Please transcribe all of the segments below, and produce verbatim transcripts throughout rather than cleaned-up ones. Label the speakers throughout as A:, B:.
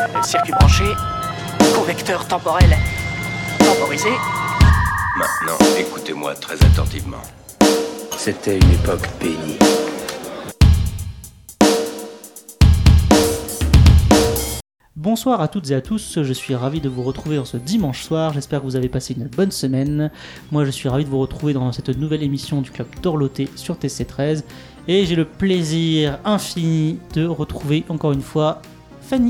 A: Circuit branché, correcteur temporel temporisé.
B: Maintenant, écoutez-moi très attentivement. C'était une époque bénie.
C: Bonsoir à toutes et à tous, je suis ravi de vous retrouver en ce dimanche soir, j'espère que vous avez passé une bonne semaine. Moi je suis ravi de vous retrouver dans cette nouvelle émission du Club Dorloté sur T C treize et j'ai le plaisir infini de retrouver encore une fois Fanny.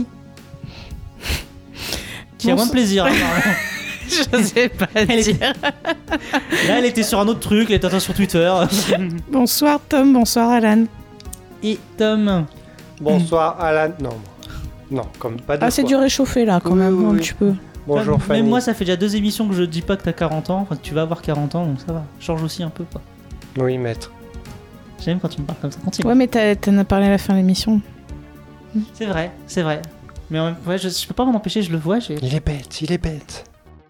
C: Qui a moins de plaisir, apparemment.
D: Je sais pas
C: elle
D: dire.
C: Était... Là elle était sur un autre truc, elle était sur Twitter.
D: Bonsoir Tom, bonsoir Alan.
C: Et Tom.
E: Bonsoir Alan. Non. Non, comme pas de
D: Ah, c'est
E: fois.
D: du réchauffé là, quand
E: Oui,
D: même,
E: oui,
D: un
E: oui.
D: petit peu.
E: Bonjour
C: Enfin,
E: Fanny.
C: Même moi, ça fait déjà deux émissions que je dis pas que t'as quarante ans, enfin que tu vas avoir quarante ans, donc ça va. Change aussi un peu, quoi.
E: Oui, maître.
C: J'aime quand tu me parles comme ça. Continue.
D: Ouais, mais t'as- t'en as parlé à la fin de l'émission.
C: C'est vrai, c'est vrai. Mais en même... ouais, je, je peux pas m'en empêcher, je le vois. J'ai...
E: Il est bête, il est bête.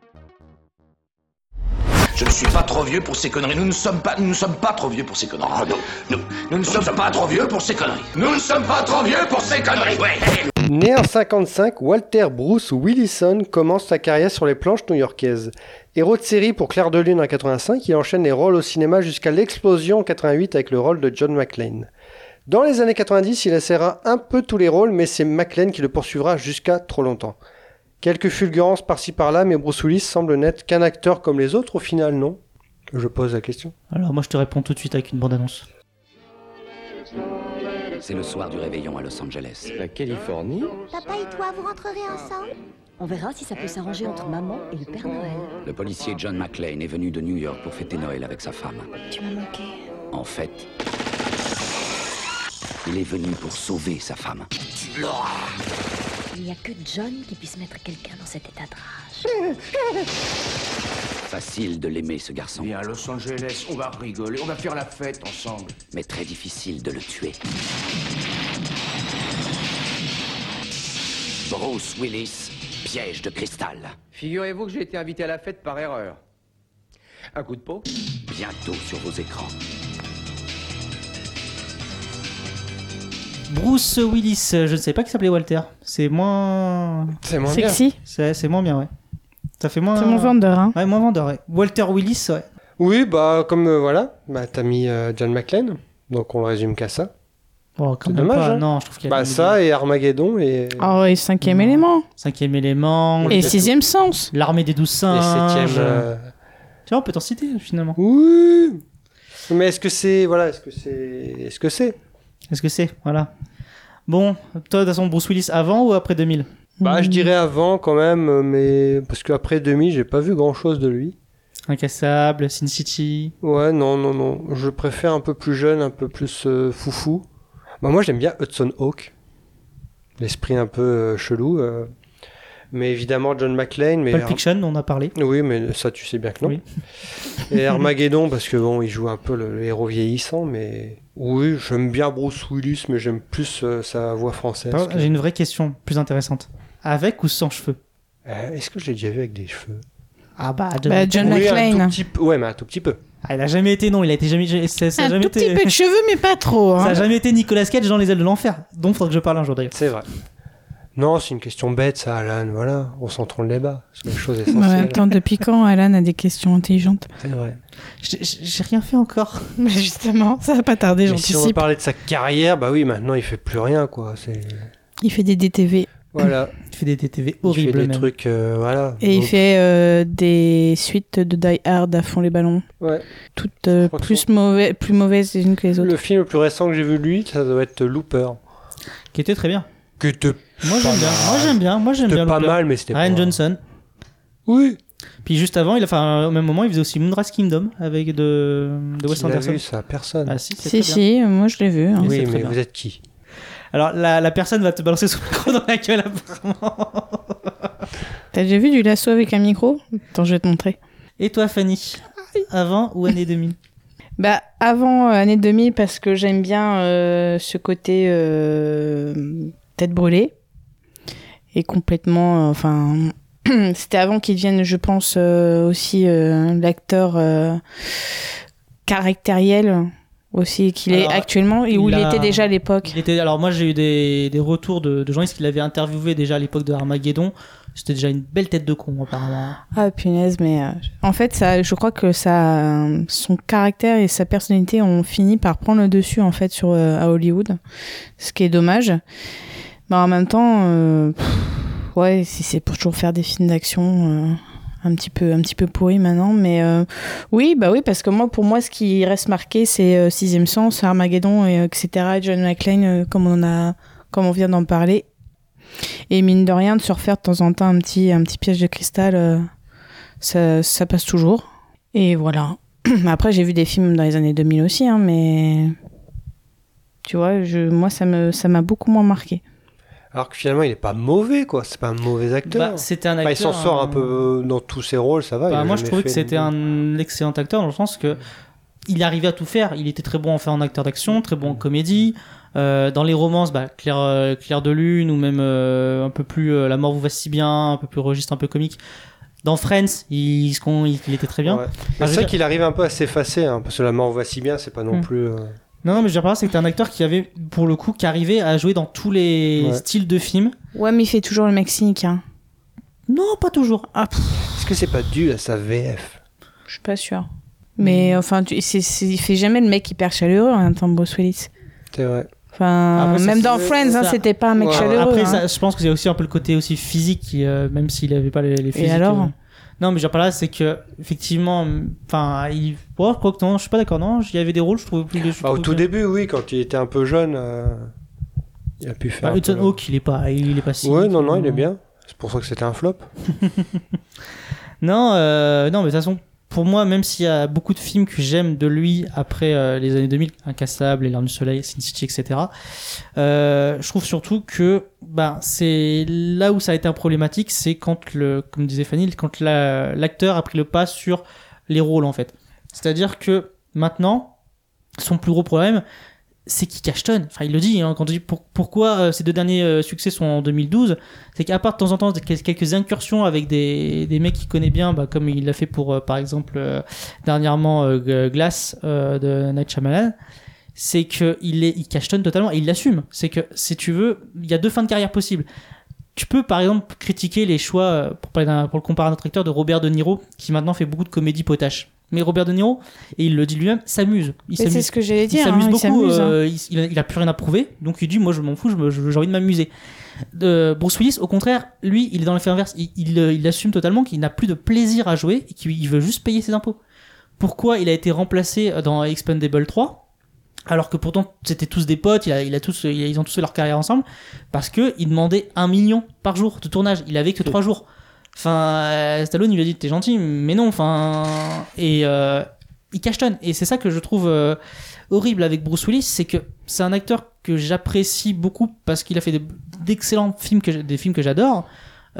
F: Je ne suis pas trop vieux pour ces conneries. Nous ne sommes pas, nous ne sommes pas trop vieux pour ces conneries. Oh, non, nous, nous ne sommes pas trop vieux pour ces conneries. Nous ne sommes pas trop vieux pour ces conneries. Ouais.
E: Né en cinquante-cinq, Walter Bruce Willison commence sa carrière sur les planches new-yorkaises. Héros de série pour Clair de Lune en quatre-vingt-cinq, il enchaîne les rôles au cinéma jusqu'à l'explosion en quatre-vingt-huit avec le rôle de John McClane. Dans les années quatre-vingt-dix, il essaiera un peu tous les rôles, mais c'est McClane qui le poursuivra jusqu'à trop longtemps. Quelques fulgurances par-ci par-là, mais Bruce Willis semble n'être qu'un acteur comme les autres au final, non ? Je pose la question.
C: Alors moi, je te réponds tout de suite avec une bande-annonce.
G: C'est le soir du réveillon à Los Angeles.
H: La Californie.
I: Papa et toi, vous rentrerez ensemble ?
J: On verra si ça peut s'arranger entre maman et le Père Noël.
G: Le policier John McClane est venu de New York pour fêter Noël avec sa femme.
J: Tu m'as manqué.
G: En fait, il est venu pour sauver sa femme.
F: Tu l'auras.
J: Il n'y a que John qui puisse mettre quelqu'un dans cet état de rage.
G: Facile de l'aimer, ce garçon.
F: Viens à Los Angeles, on va rigoler, on va faire la fête ensemble.
G: Mais très difficile de le tuer. Bruce Willis, piège de cristal.
H: Figurez-vous que j'ai été invité à la fête par erreur. Un coup de peau.
G: Bientôt sur vos écrans.
C: Bruce Willis, je ne savais pas qu'il s'appelait Walter. C'est moins...
E: C'est moins bien.
D: Sexy.
C: C'est, c'est moins bien, ouais. Ça fait moins...
D: C'est mon vendeur, hein.
C: Ouais, moins vendeur, ouais. Walter Willis, ouais.
E: Oui, bah comme euh, voilà, bah t'as mis euh, John McClane, donc on le résume qu'à ça.
C: Bon, quand
E: C'est
C: même
E: dommage,
C: pas.
E: hein.
C: Non, je trouve qu'il y a...
E: Bah ça et Armageddon et,
D: Oh, et cinquième
C: Non.
D: élément.
C: Cinquième élément...
D: Et sixième sens.
C: L'armée des douze
E: et
C: singes...
E: septième. euh,
C: Tiens, on peut t'en citer, finalement.
E: Oui. Mais est-ce que c'est voilà, est-ce que c'est, est-ce que c'est
C: Est-ce que c'est Voilà. Bon, toi, de toute façon, Bruce Willis avant ou après deux mille ?
E: Bah, je dirais avant quand même, mais parce qu'après demi, j'ai pas vu grand chose de lui.
C: Incassable, Sin City.
E: Ouais, non, non, non. Je préfère un peu plus jeune, un peu plus euh, foufou. Bah, moi, j'aime bien Hudson Hawk. L'esprit un peu euh, chelou. euh. Mais évidemment, John McClane. Mais
C: Pulp Fiction, on a parlé.
E: Oui, mais ça, tu sais bien que non.
C: Oui.
E: Et Armageddon, parce que bon, il joue un peu le, le héros vieillissant, mais oui, j'aime bien Bruce Willis, mais j'aime plus euh, sa voix française.
C: Par contre,
E: que-
C: j'ai une vraie question plus intéressante. Avec ou sans cheveux ?
E: Euh, Est-ce que je l'ai déjà vu avec des cheveux
C: Ah bah,
D: Bah, John
E: Oui, un
D: McClane.
E: tout petit peu. Ouais, mais un tout petit peu.
C: Ah, il a jamais été, non, il a été jamais... Ça, ça a
D: Un
C: jamais
D: tout
C: été...
D: petit peu de cheveux, mais pas trop.
C: Ça a
D: Hein.
C: jamais été Nicolas Cage dans Les Ailes de l'Enfer. Donc, faudrait que je parle un jour, d'ailleurs.
E: C'est vrai. Non, c'est une question bête, ça, Alan. Voilà, on s'entend le débat. C'est une chose
D: Ouais,
E: essentielle.
D: attends, depuis quand Alan a des questions intelligentes?
E: C'est vrai.
C: J'ai- J'ai rien fait encore.
D: Mais justement, ça va pas tarder,
E: Mais si on veut
D: j'anticipe.
E: parler de sa carrière, bah oui, maintenant il fait plus rien, quoi. C'est
D: Il fait des D T V.
E: voilà.
C: Il fait des D T V
E: Il fait
C: horribles,
E: des
C: même.
E: trucs, euh, voilà.
D: Et il
E: Donc,
D: fait euh, des suites de Die Hard à fond les ballons.
E: Ouais.
D: Toutes euh,
E: crois que
D: plus, mauvais, plus mauvaises les unes que les autres.
E: Le film le plus récent que j'ai vu de lui, ça doit être Looper.
C: Qui était très bien.
E: Que te
C: Moi, j'aime
E: Pas
C: bien.
E: mal.
C: Moi, j'aime bien. Moi, j'aime
E: C'était
C: bien.
E: pas
C: Looper.
E: mal, mais c'était
C: Ryan
E: pas...
C: Johnson.
E: Oui.
C: Puis juste avant, il a, enfin, au même moment, il faisait aussi Moonrise Kingdom avec de, de Wes
E: Qui l'a
C: Anderson.
E: vu, ça, personne.
C: Ah si, c'est
D: Si,
C: très bien.
D: si, moi je l'ai vu. hein.
C: c'est
E: oui,
C: très
E: mais
C: bien.
E: vous êtes qui?
C: Alors, la, la personne va te balancer son micro dans la gueule, apparemment.
D: T'as déjà vu du lasso avec un micro? Attends, je vais te montrer.
C: Et toi, Fanny, avant ou année deux mille?
D: Bah, avant euh, année deux mille, parce que j'aime bien euh, ce côté euh, tête brûlée. Et complètement. euh, Enfin. C'était avant qu'il devienne, je pense, euh, aussi euh, l'acteur euh, caractériel aussi qu'il
C: Alors,
D: est actuellement et où il,
C: il a-
D: était déjà à l'époque.
C: Il était, alors moi j'ai eu des, des retours de, de journalistes qui l'avaient interviewé déjà à l'époque de Armageddon. C'était déjà une belle tête de con apparemment.
D: Ah punaise, mais euh, en fait, ça, je crois que ça, euh, son caractère et sa personnalité ont fini par prendre le dessus en fait sur euh, à Hollywood, ce qui est dommage. Mais en même temps, euh, pff, ouais, si c'est pour toujours faire des films d'action. Euh... un petit peu un petit peu pourri maintenant, mais euh, oui bah oui parce que moi pour moi ce qui reste marqué c'est euh, Sixième Sens, Armageddon et euh, etc. John McClane euh, comme on a comme on vient d'en parler, et mine de rien de se refaire de temps en temps un petit un petit piège de cristal, euh, ça ça passe toujours. Et voilà. Après j'ai vu des films dans les années deux mille aussi, hein, mais tu vois, je moi ça me ça m'a beaucoup moins marqué.
E: Alors que finalement, il est pas mauvais, quoi. C'est pas un mauvais acteur.
C: Bah, c'était un acteur.
E: Enfin, il s'en sort un
C: un...
E: peu dans tous ses rôles, ça va.
C: Bah,
E: il a
C: moi, je
E: jamais
C: trouvais
E: fait
C: que c'était
E: une-
C: un excellent acteur dans le sens que il arrivait à tout faire. Il était très bon en faire en acteur d'action, très bon en comédie. Euh, dans les romances, bah, Claire, euh, Claire de Lune ou même euh, un peu plus euh, La mort vous va si bien, un peu plus registre un peu comique. Dans Friends, il, il, il était très bien.
E: Ouais.
C: Enfin,
E: C'est
C: je veux
E: vrai
C: dire-
E: qu'il arrive un peu à s'effacer, hein, parce que La mort va si bien, c'est pas non
C: Hmm.
E: plus. euh,
C: Non, non, mais je veux dire par là, c'est que t'es un acteur qui avait, pour le coup, qui arrivait à jouer dans tous les
E: Ouais.
C: styles de films.
D: Ouais, mais il fait toujours le mec cynique, hein.
C: Non, pas toujours. Ah, pff,
E: Est-ce que c'est pas dû à sa V F?
D: Je suis pas sûre. Mais enfin, tu, c'est, c'est, il fait jamais le mec hyper chaleureux en même temps, Bruce Willis.
E: C'est vrai.
D: Enfin,
C: Après, ça,
D: même
C: c'est-
D: dans Friends, hein,
C: ça-
D: c'était pas un mec
E: Ouais.
D: chaleureux.
C: après,
D: hein.
C: ça, je pense que c'est aussi un peu le côté aussi physique, qui, euh, même s'il avait pas les, les physiques.
D: alors
C: euh, Non, mais je veux dire par là, c'est que effectivement, enfin, il. Oh, je crois que non, je suis pas d'accord. Non, il y avait des rôles, je trouve plus. je
E: Bah, au
C: trouve
E: tout
C: bien.
E: début, oui, quand il était un peu jeune, euh, il a pu faire.
C: Bah,
E: un
C: Hudson
E: peu-
C: Hawk, il est pas, il est pas si.
E: Ouais, non, non, il est bien. C'est pour ça que c'était un flop.
C: Non, euh, non, mais de toute façon, pour moi, même s'il y a beaucoup de films que j'aime de lui après euh, les années deux mille, Incassable, Les Larmes du Soleil, Sin City, et cetera, euh, je trouve surtout que bah, c'est là où ça a été un problématique, c'est quand, le, comme disait Fanny, quand la, l'acteur a pris le pas sur les rôles, en fait. C'est-à-dire que maintenant, son plus gros problème, c'est qu'il cachetonne. Enfin, il le dit, hein, quand il dit pour, pourquoi euh, ces deux derniers euh, succès sont en deux mille douze, c'est qu'à part de temps en temps quel- quelques incursions avec des, des mecs qu'il connaît bien, bah, comme il l'a fait pour, euh, par exemple, euh, dernièrement euh, Glass euh, de Night Shyamalan, c'est qu'il est, il cachetonne totalement et il l'assume. C'est que, si tu veux, il y a deux fins de carrière possibles. Tu peux, par exemple, critiquer les choix, euh, pour, parler d'un- pour le comparer à notre acteur, de Robert De Niro, qui maintenant fait beaucoup de comédies potaches. Mais Robert De Niro, et il le dit lui-même, s'amuse. Il
D: Mais
C: s'amuse.
D: c'est ce que j'allais
C: Il
D: dire.
C: s'amuse
D: hein,
C: beaucoup,
D: s'amuse, hein.
C: euh, il, il a, il a plus rien à prouver, donc il dit moi je m'en fous, je me- je- j'ai envie de m'amuser. Euh, Bruce Willis, au contraire, lui, il est dans l'effet inverse, il, il, euh, il assume totalement qu'il n'a plus de plaisir à jouer et qu'il il veut juste payer ses impôts. Pourquoi il a été remplacé dans Expendable trois, alors que pourtant c'était tous des potes, il a, il a tous, il a- ils ont tous fait leur carrière ensemble, parce que il demandait un million par jour de tournage, il avait que trois jours. Enfin, euh, Stallone il lui a dit t'es gentil, mais non, enfin, et euh, il cachetonne. Et c'est ça que je trouve euh, horrible avec Bruce Willis, c'est que c'est un acteur que j'apprécie beaucoup parce qu'il a fait des- d'excellents films, que, j'- des films que j'adore.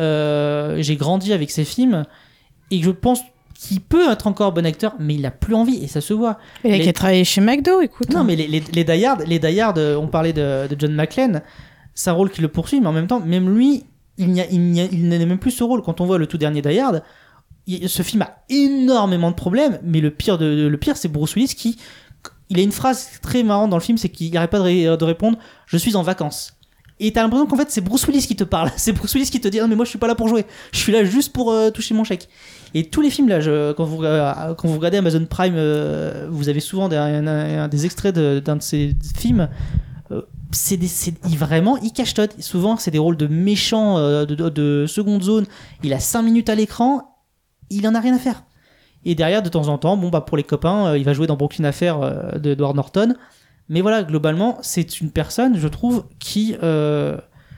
C: Euh, j'ai grandi avec ses films et je pense qu'il peut être encore bon acteur, mais il a plus envie et ça se voit.
D: Il a
C: Les-
D: qu'à travailler chez McDo, écoute.
C: Non,
D: hein.
C: mais les, les, les Die Hard, les Die Hard, euh, on parlait de, de John McClane, c'est un rôle qui le poursuit, mais en même temps, même lui, il, n'y a, il, n'y a- il n'a même plus ce rôle. Quand on voit le tout dernier Die Hard, il- ce film a énormément de problèmes, mais le pire, de, de- le pire c'est Bruce Willis qui. Il a une phrase très marrante dans le film, c'est qu'il n'arrête pas de, ré- de répondre « Je suis en vacances ». Et t'as l'impression qu'en fait c'est Bruce Willis qui te parle, c'est Bruce Willis qui te dit « Non mais moi je suis pas là pour jouer, je suis là juste pour euh, toucher mon chèque ». Et tous les films là, je, quand, vous, euh, quand vous regardez Amazon Prime, euh, vous avez souvent des, un- un- des extraits de- d'un de ces films. Euh, c'est, des, c'est il- vraiment, il cachetonne. Souvent c'est des rôles de méchants euh, de, de, de seconde zone. Il a cinq minutes à l'écran, il en a rien à faire. Et derrière, de temps en temps, bon bah pour les copains, euh, il va jouer dans Brooklyn Affair euh, de Edward Norton. Mais voilà, globalement, c'est une personne, je trouve, qui euh,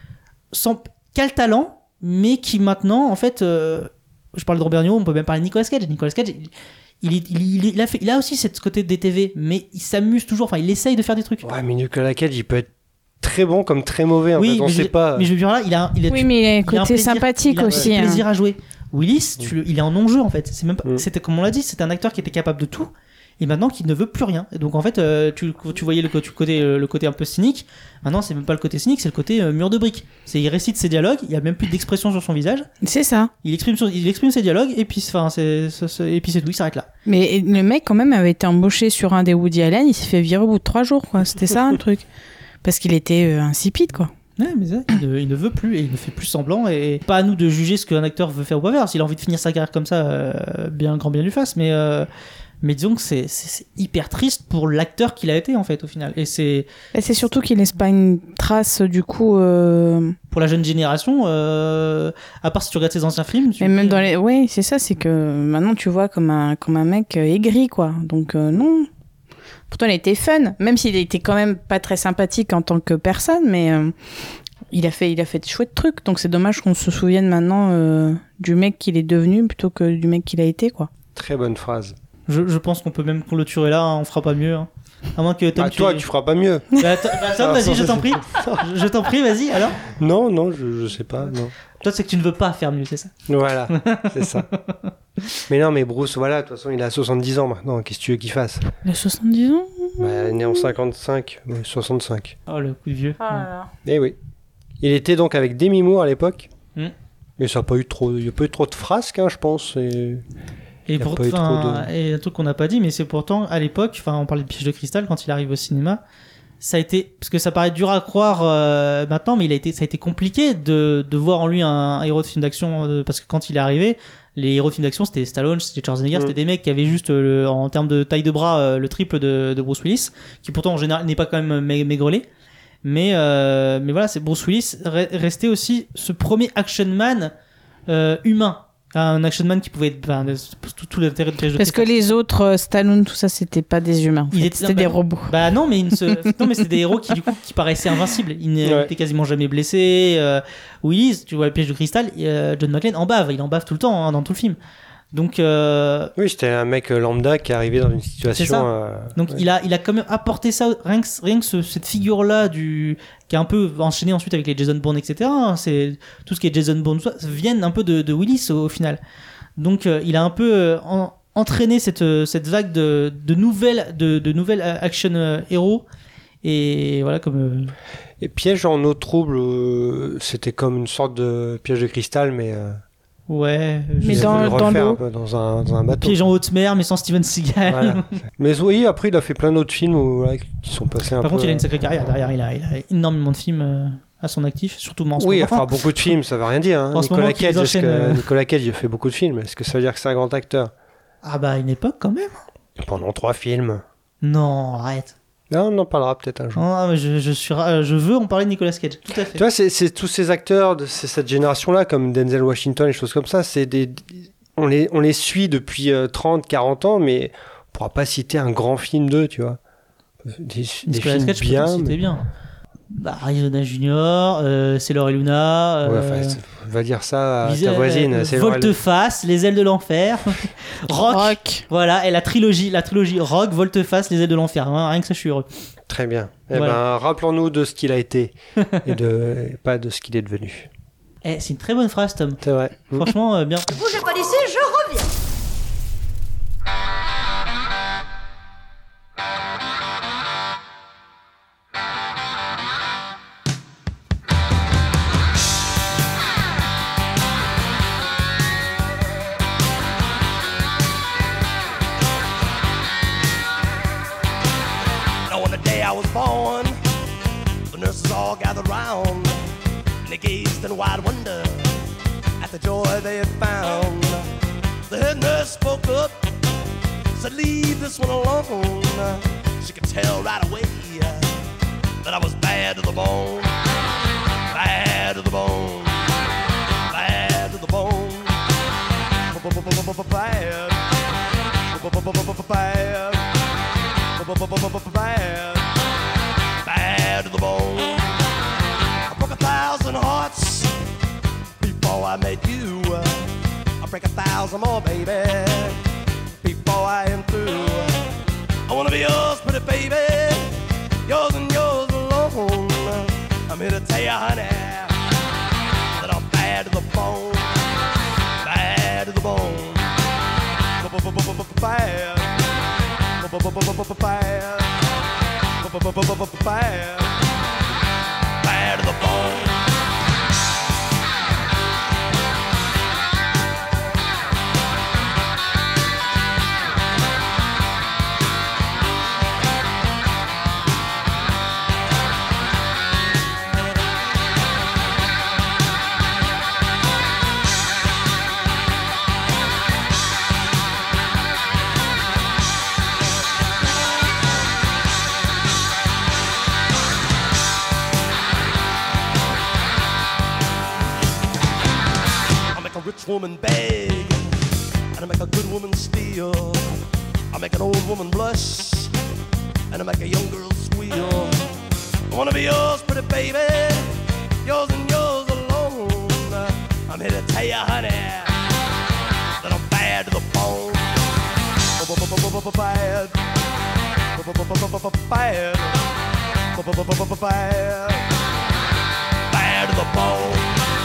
C: sans qu'a le talent, mais qui maintenant, en fait, euh, je parle de Robert De Niro, on peut même parler de Nicolas Cage. Nicolas Cage, il, il, il, il, il a fait, il a aussi cette côté des T V, mais il s'amuse toujours. Enfin, il essaye de faire des trucs.
E: Ouais, mais Nicolas Cage, il peut être très bon comme très mauvais. En
C: oui,
E: fait, on
C: mais,
E: sait
C: je,
E: pas.
C: mais je veux dire là, il a, il a,
D: Oui, mais il a un
C: il a
D: côté
C: plaisir-
D: sympathique
C: il a
D: aussi.
C: un
D: hein.
C: plaisir à jouer. Willis, tu
E: Mm.
C: le- il est en non-jeu en fait. C'est même pas,
E: Mm.
C: c'était comme on l'a dit, c'était un acteur qui était capable de tout et maintenant qu'il ne veut plus rien. Et donc en fait, euh, tu, tu voyais le, tu, côté, le côté un peu cynique. Maintenant, c'est même pas le côté cynique, c'est le côté euh, mur de briques. C'est, il récite ses dialogues, il y a même plus d'expression sur son visage.
D: C'est ça.
C: Il exprime, son, il exprime ses dialogues, et puis, enfin, c'est, c'est, c'est, et puis c'est tout, il s'arrête là.
D: Mais le mec, quand même, avait été embauché sur un des Woody Allen, il s'est fait virer au bout de trois jours, quoi. C'était ça, le truc. Parce qu'il était euh, insipide, quoi.
C: Ouais, mais ça, il, ne, il ne veut plus et il ne fait plus semblant. Et pas à nous de juger ce qu'un acteur veut faire ou pas faire. S'il a envie de finir sa carrière comme ça, euh, bien grand bien lui fasse. Mais, euh, mais disons que c'est, c'est, c'est hyper triste pour l'acteur qu'il a été en fait au final. Et c'est,
D: et c'est surtout qu'il laisse pas une trace du coup. Euh...
C: Pour la jeune génération, euh, à part si tu regardes ses anciens films. Tu
D: mais même
C: dis,
D: dans les, ouais, c'est ça, c'est que maintenant tu vois comme un comme un mec aigri quoi. Donc euh, non. Pourtant, il a été fun, même s'il était quand même pas très sympathique en tant que personne, mais euh, il a fait, il a fait de chouettes trucs. Donc c'est dommage qu'on se souvienne maintenant euh, du mec qu'il est devenu plutôt que du mec qu'il a été, quoi.
E: Très bonne phrase.
C: Je, je pense qu'on peut même clôturer là, hein, on fera pas mieux. Hein. À moins que Tom,
E: ah, toi, tu... tu feras pas mieux.
C: Bah, t- bah, Tom, vas-y, je t'en prie. Je, je t'en prie, vas-y, alors.
E: Non, non, je, je sais pas, non.
C: Toi, c'est que tu ne veux pas faire mieux, c'est ça.
E: Voilà, c'est ça. Mais non, mais Bruce, voilà, de toute façon, il a soixante-dix ans maintenant. Qu'est-ce que tu veux qu'il fasse ?
D: Il a soixante-dix ans ?
E: Bah, né en cinquante-cinq, ouais, soixante-cinq.
C: Oh, le coup de vieux.
D: Ah,
E: ouais. Eh oui. Il était donc avec Demi Moore à l'époque.
C: Mm.
E: Mais ça n'a pas eu trop, il n'y a pas eu trop de frasques, hein, je pense. Et,
C: et, pour, de... et un truc qu'on n'a pas dit, mais c'est pourtant, à l'époque, enfin, on parlait de Piège de cristal quand il arrive au cinéma. Ça a été, parce que ça paraît dur à croire euh, maintenant, mais il a été, ça a été compliqué de, de voir en lui un, un héros de film d'action, euh, parce que quand il est arrivé, les héros de film d'action, c'était Stallone, c'était Schwarzenegger, mmh. c'était des mecs qui avaient juste, le, en termes de taille de bras, euh, le triple de, de Bruce Willis, qui pourtant en général n'est pas quand même maigrelet. Mais, euh, mais voilà, c'est Bruce Willis re- restait aussi ce premier action man euh, humain. Un action man qui pouvait être ben, tout, tout l'intérêt de Piège de
D: Parce
C: cristal.
D: que les autres euh, Stallone, tout ça, c'était pas des humains. En fait.
C: Était,
D: c'était
C: bah,
D: des robots.
C: Bah non, mais, se... non, mais c'était des héros qui du coup qui paraissaient invincibles. Ils n'étaient ouais. quasiment jamais blessés. Euh, Willis, tu vois le Piège de cristal, euh, John McClane en bave. Il en bave tout le temps hein, dans tout le film. Donc euh...
E: oui, c'était un mec lambda qui est arrivé dans une situation. Euh...
C: Donc ouais. il a, il a quand même apporté ça rien que, rien que ce, cette figure-là du qui a un peu enchaîné ensuite avec les Jason Bourne, et cetera. C'est tout ce qui est Jason Bourne, ça viennent un peu de, de Willis au, au final. Donc euh, il a un peu euh, en, entraîné cette, cette vague de, de nouvelles, de, de nouvelles action euh, héros. Et voilà comme. Euh...
E: Et Piège en eau trouble, euh, c'était comme une sorte de Piège de cristal, mais. Euh...
C: Ouais,
D: mais dans,
E: le
D: dans l'eau.
E: Un peu dans, un, dans un bateau.
C: Piège en haute mer, mais sans Steven Seagal.
E: Voilà. Mais oui, après, il a fait plein d'autres films où, voilà, qui sont passés un
C: Par
E: peu.
C: Par contre, il a une sacrée carrière derrière. Il a, il a énormément de films euh, à son actif, surtout en ce
E: oui,
C: moment.
E: enfin, beaucoup de films, ça veut rien dire. Hein.
C: En
E: Nicolas, Cage,
C: enchaîne,
E: que,
C: euh...
E: Nicolas Cage, il a fait beaucoup de films. Est-ce que ça veut dire que c'est un grand acteur ?
C: Ah bah, à une époque, quand même.
E: Pendant trois films.
C: Non, arrête.
E: Non, on en parlera peut-être un jour.
C: Non, mais je, je, suis, je veux en parler de Nicolas Cage, tout à fait.
E: Tu vois, c'est, c'est tous ces acteurs de c'est cette génération-là, comme Denzel Washington et choses comme ça, c'est des, on, les, on les suit depuis euh, trente, quarante ans, mais on pourra pas citer un grand film d'eux, tu vois. Des, des films
C: Cage,
E: bien.
C: C'était
E: mais...
C: bien. Bah, Arizona Junior, euh, Sailor et Luna. Euh,
E: ouais, enfin, va dire ça à
C: Visa,
E: ta voisine.
C: Euh, Volte-face, Les ailes de l'enfer. Rock, Rock. Voilà, et la trilogie, la trilogie Rock, Volte-face, Les ailes de l'enfer. Hein, rien que ça, je suis heureux.
E: Très bien. Eh
C: voilà.
E: ben, rappelons-nous de ce qu'il a été et, de, et pas de ce qu'il est devenu.
C: Eh, c'est une très bonne phrase, Tom.
E: C'est vrai.
C: Franchement, euh, bien.
I: Bougez pas d'ici, je reviens.
K: I was born, the nurses all gathered round, and they gazed in wide wonder at the joy they had found. The head nurse spoke up, said, leave this one alone. She could tell right away that I was bad to the bone, bad to the bone, bad to the bone, bad, bad, bad. Bad to the bone. I broke a thousand hearts before I met you. I break a thousand more, baby, before I am through. I wanna be yours, pretty baby, yours and yours alone. I'm here to tell you, honey, that I'm bad to the bone, bad to the bone, bad, bad, bad, bad, bad to the bone. Woman beg, and I make a good woman steal. I make an old woman blush, and I make a young girl squeal. I wanna be yours, pretty baby, yours and yours alone. I'm here to tell you, honey, that I'm bad to the bone. Bad, bad, bad, bad to the bone.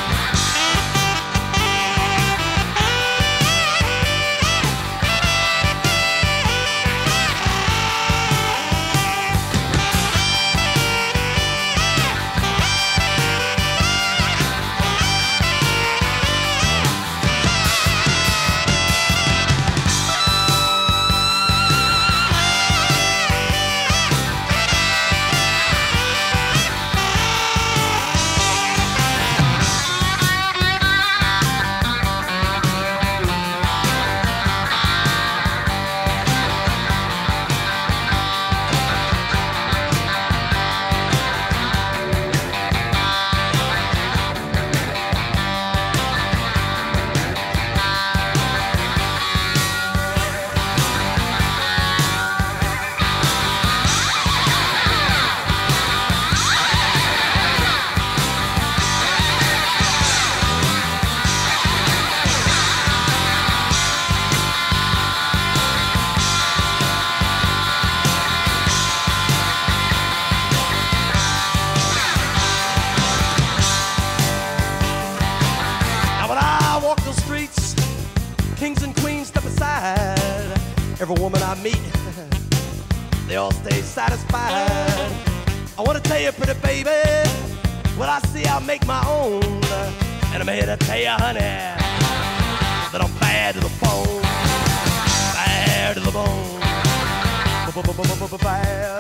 K: Every woman I meet, they all stay satisfied. I want to tell you, pretty baby, what I see I make my own. And I'm here to tell you, honey, that I'm bad to the bone. Bad to the bone. Bad. Bad.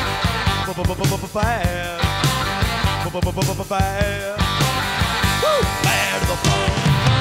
K: Bad. Woo! Bad to the bone.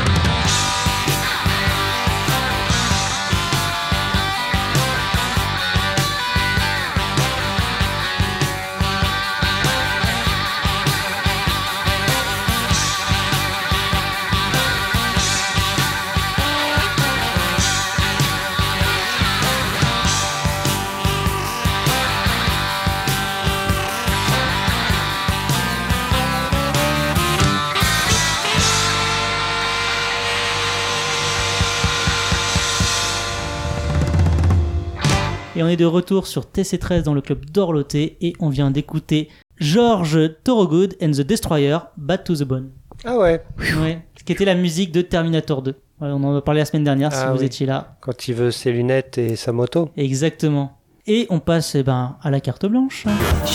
C: Et on est de retour sur T C treize dans le club d'Orloté et on vient d'écouter George Thorogood and the Destroyer, Bad to the Bone.
E: Ah ouais.
C: Ouais, ce qui était la musique de Terminator deux. Ouais, on en a parlé la semaine dernière ah si oui. vous étiez là.
E: Quand il veut ses lunettes et sa moto.
C: Exactement. Et on passe eh ben, à la carte blanche.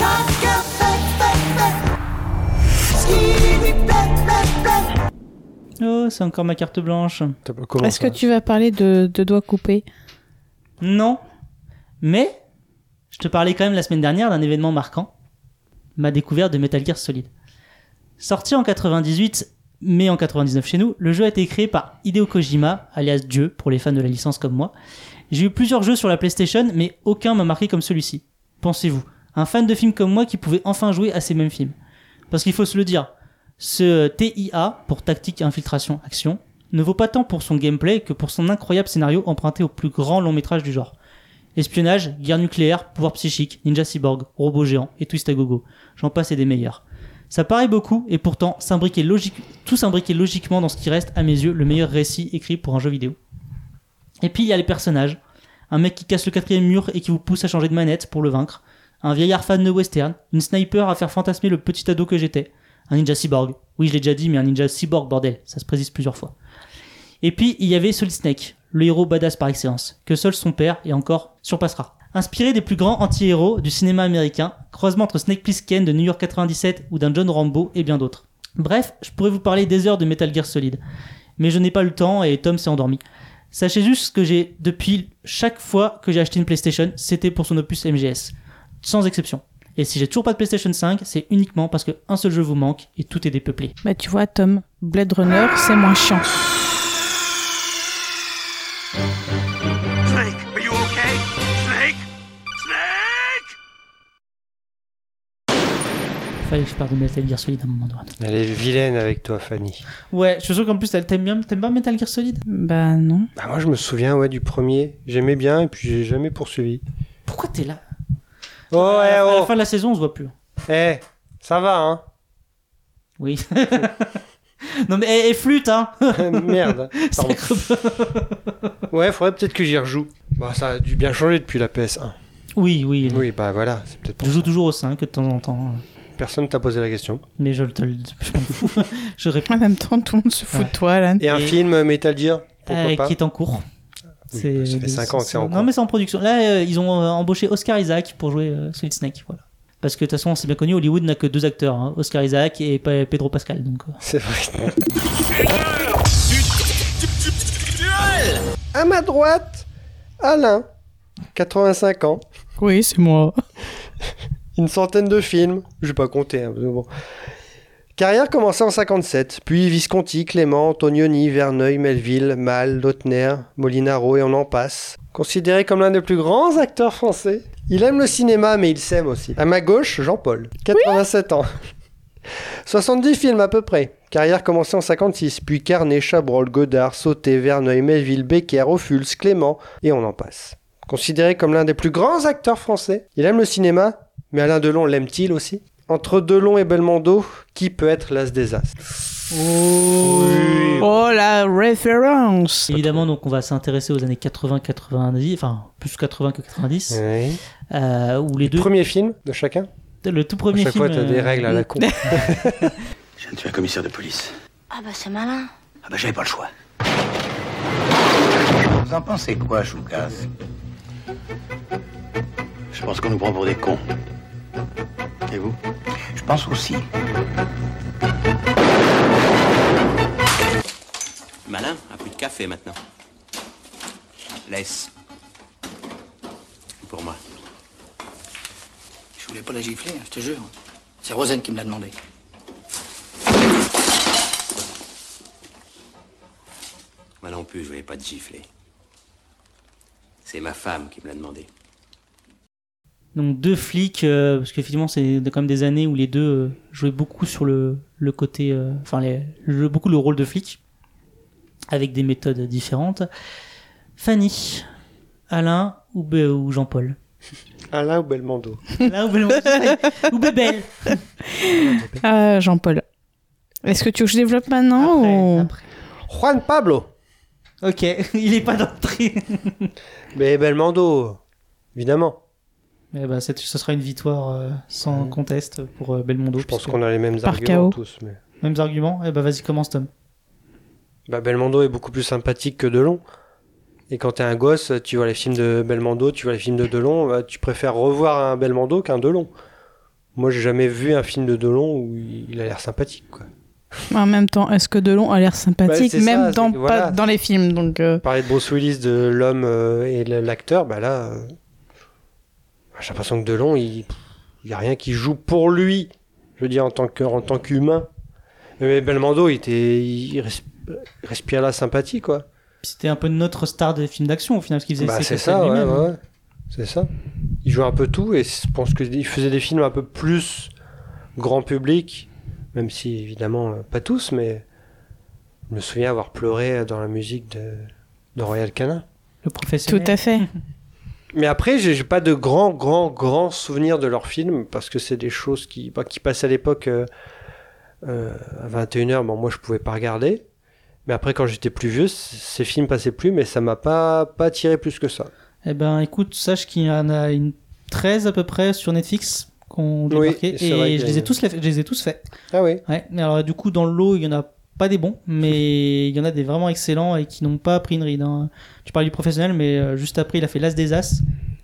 C: Oh, c'est encore ma carte blanche.
D: Est-ce ça que tu vas parler de, de doigts coupés ?
C: Non. Mais, je te parlais quand même la semaine dernière d'un événement marquant, ma découverte de Metal Gear Solid. Sorti en quatre-vingt-dix-huit, mais en quatre-vingt-dix-neuf chez nous, le jeu a été créé par Hideo Kojima, alias Dieu, pour les fans de la licence comme moi. J'ai eu plusieurs jeux sur la PlayStation, mais aucun m'a marqué comme celui-ci. Pensez-vous, un fan de films comme moi qui pouvait enfin jouer à ces mêmes films. Parce qu'il faut se le dire, ce T I A, pour Tactique, Infiltration, Action, ne vaut pas tant pour son gameplay que pour son incroyable scénario emprunté au plus grand long métrage du genre. Espionnage, guerre nucléaire, pouvoir psychique, ninja cyborg, robot géant et twist à gogo. J'en passe et des meilleurs. Ça paraît beaucoup et pourtant s'imbriquer logique, tout s'imbriquer logiquement dans ce qui reste à mes yeux le meilleur récit écrit pour un jeu vidéo. Et puis il y a les personnages. Un mec qui casse le quatrième mur et qui vous pousse à changer de manette pour le vaincre. Un vieillard fan de western. Une sniper à faire fantasmer le petit ado que j'étais. Un ninja cyborg. Oui, je l'ai déjà dit, mais un ninja cyborg, bordel. Ça se précise plusieurs fois. Et puis, il y avait Solid Snake, le héros badass par excellence, que seul son père, et encore, surpassera. Inspiré des plus grands anti-héros du cinéma américain, croisement entre Snake Plissken de New York quatre-vingt-dix-sept ou d'un John Rambo et bien d'autres. Bref, je pourrais vous parler des heures de Metal Gear Solid, mais je n'ai pas le temps et Tom s'est endormi. Sachez juste que j'ai, depuis chaque fois que j'ai acheté une PlayStation, c'était pour son opus M G S, sans exception. Et si j'ai toujours pas de PlayStation cinq, c'est uniquement parce qu'un seul jeu vous manque et tout est dépeuplé.
D: Bah tu vois Tom, Blade Runner c'est moins chiant.
K: Snake, are you okay? Snake? Snake!
C: Fallait que je parle de Metal Gear Solid à un moment donné.
E: Elle est vilaine avec toi, Fanny.
C: Ouais, je suis sûr qu'en plus elle t'aime bien, t'aimes pas Metal Gear Solid?
D: Bah non.
E: Bah moi je me souviens ouais du premier. J'aimais bien et puis j'ai jamais poursuivi.
C: Pourquoi t'es là?
E: Oh ouais,
C: à, la,
E: oh.
C: à la fin de la saison on se voit plus.
E: Eh, hey, ça va hein?
C: Oui. Non mais elle, elle flûte hein.
E: Merde. Pardon. Ouais, faudrait peut-être que j'y rejoue. Bah ça a dû bien changer depuis la P S un.
C: Oui, oui.
E: Oui, bah voilà, c'est peut-être.
C: Je joue
E: ça.
C: toujours au cinq de temps en temps.
E: Personne t'a posé la question.
C: Mais je te le je m'en fous. Je réponds.
D: En même temps, tout le monde se fout ouais. de toi, Alan.
E: Et un Et... film Metal Gear, pourquoi
C: euh,
E: pas
C: qui est en cours.
E: Oui,
C: c'est,
E: ça fait cinq ans que c'est en cours.
C: Non mais c'est en production. Là, euh, ils ont euh, embauché Oscar Isaac pour jouer euh, Solid Snake, voilà. Parce que de toute façon, c'est bien connu, Hollywood n'a que deux acteurs, hein, Oscar Isaac et Pedro Pascal. Donc. Euh.
E: C'est vrai. À ma droite, Alain, quatre-vingt-cinq ans.
D: Oui, c'est moi.
E: Une centaine de films, je vais pas compter. Hein, bon. Carrière commencée en cinquante-sept, puis Visconti, Clément, Antonioni, Verneuil, Melville, Malle, Lautner, Molinaro et on en passe. Considéré comme l'un des plus grands acteurs français, il aime le cinéma mais il s'aime aussi. À ma gauche, Jean-Paul, quatre-vingt-sept oui. ans. soixante-dix films à peu près. Carrière commencée en cinquante-six, puis Carnet, Chabrol, Godard, Sauté, Verneuil, Melville, Becker, Ophuls, Clément et on en passe. Considéré comme l'un des plus grands acteurs français, il aime le cinéma, mais Alain Delon l'aime-t-il aussi ? Entre Delon et Belmondo, qui peut être l'as des as ?
D: Oh, oui. Oh la référence.
C: Évidemment, donc on va s'intéresser aux années quatre-vingts quatre-vingt-dix, enfin plus quatre-vingts que quatre-vingt-dix.
E: Oui.
C: Euh, où les
E: le
C: deux.
E: Premier film de chacun.
C: Le tout premier
E: à chaque
C: film.
E: Chaque fois, t'as des règles à la con.
F: Je viens de tuer un commissaire de police.
I: Ah bah c'est malin.
F: Ah bah j'avais pas le choix.
B: Vous en pensez quoi, Choucas ?
F: Je pense qu'on nous prend pour des cons. Et vous ?
B: Je pense aussi.
G: Malin, un peu de café maintenant. Laisse. Pour moi.
A: Je voulais pas la gifler, je te jure. C'est Rosen qui me l'a demandé.
G: Moi non plus, je voulais pas te gifler. C'est ma femme qui me l'a demandé.
C: Donc deux flics, euh, parce qu'effectivement c'est quand même des années où les deux euh, jouaient beaucoup sur le, le côté, euh, enfin les, jouaient beaucoup le rôle de flic, avec des méthodes différentes. Fanny, Alain ou, Be- ou Jean-Paul ?
E: Alain ou Belmondo ?
C: Alain ou Belmondo ou Bébel ?
D: euh, Jean-Paul. Est-ce que tu veux que je développe maintenant
C: après,
D: ou...
C: après.
E: Juan Pablo.
C: Ok, il est pas d'entrée.
E: Mais Belmondo, évidemment.
C: Eh ben, c'est, ce sera une victoire euh, sans mmh. conteste pour euh, Belmondo.
E: Je pense qu'on a les mêmes arguments
D: K O.
E: tous. Mais...
C: Mêmes arguments ? Eh ben vas-y, commence Tom.
E: Bah, Belmondo est beaucoup plus sympathique que Delon. Et quand t'es un gosse, tu vois les films de Belmondo, tu vois les films de Delon, bah, tu préfères revoir un Belmondo qu'un Delon. Moi, j'ai jamais vu un film de Delon où il a l'air sympathique, quoi.
D: En même temps, est-ce que Delon a l'air sympathique, bah, même ça, dans, voilà. pas dans les films donc, euh...
E: Parler de Bruce Willis, de l'homme euh, et l'acteur, bah là... Euh... J'ai l'impression que Delon, il n'y a rien qui joue pour lui, je veux dire, en tant, que, en tant qu'humain. Mais Belmondo, il, était, il res, respire la sympathie, quoi.
C: C'était un peu notre star des films d'action, au final, ce qu'il faisait.
E: Bah,
C: c'est
E: c'est ça, ouais, ouais, c'est ça. Il jouait un peu tout, et je pense qu'il faisait des films un peu plus grand public, même si, évidemment, pas tous, mais je me souviens avoir pleuré dans la musique de, de Royal Canin.
C: Le professionnel.
D: Tout à fait.
E: Mais après, j'ai, j'ai pas de grands, grands, grands souvenirs de leurs films, parce que c'est des choses qui, bah, qui passaient à l'époque euh, euh, à vingt et une heures. Bon, moi, je pouvais pas regarder. Mais après, quand j'étais plus vieux, c- ces films passaient plus, mais ça m'a pas, pas attiré plus que ça.
C: Eh ben, écoute, sache qu'il y en a une treize à peu près sur Netflix qu'on débarquait,
E: oui,
C: et je les, ai tous, je les ai tous faits.
E: Ah oui.
C: Ouais, mais alors du coup, dans le lot, il y en a pas des bons, mais il y en a des vraiment excellents et qui n'ont pas pris une ride. Hein. Tu parles du professionnel, mais euh, juste après, il a fait L'As des As,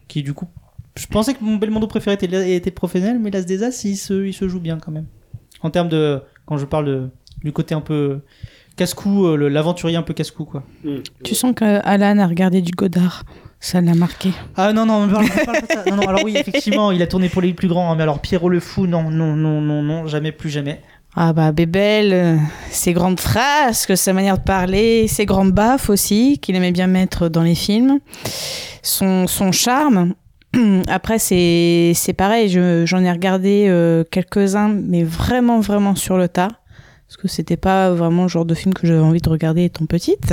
C: qui du coup, je pensais que mon Belmondo préféré était, était professionnel, mais L'As des As, il se, il se joue bien quand même. En termes de, quand je parle de, du côté un peu casse-cou, le, l'aventurier un peu casse-cou, quoi.
E: Mmh.
D: Tu sens qu'Alan a regardé du Godard, ça l'a marqué.
C: Ah non, non, on parle, on parle pas de ça. Non, non, alors oui, effectivement, il a tourné pour les plus grands, hein, mais alors Pierrot le Fou, non, non, non, non, non, jamais, plus jamais.
D: Ah bah Bébel, euh, ses grandes frasques, sa manière de parler, ses grandes baffes aussi, qu'il aimait bien mettre dans les films, son, son charme. Après, c'est, c'est pareil, je, j'en ai regardé euh, quelques-uns, mais vraiment, vraiment sur le tas. Parce que c'était pas vraiment le genre de film que j'avais envie de regarder étant petite.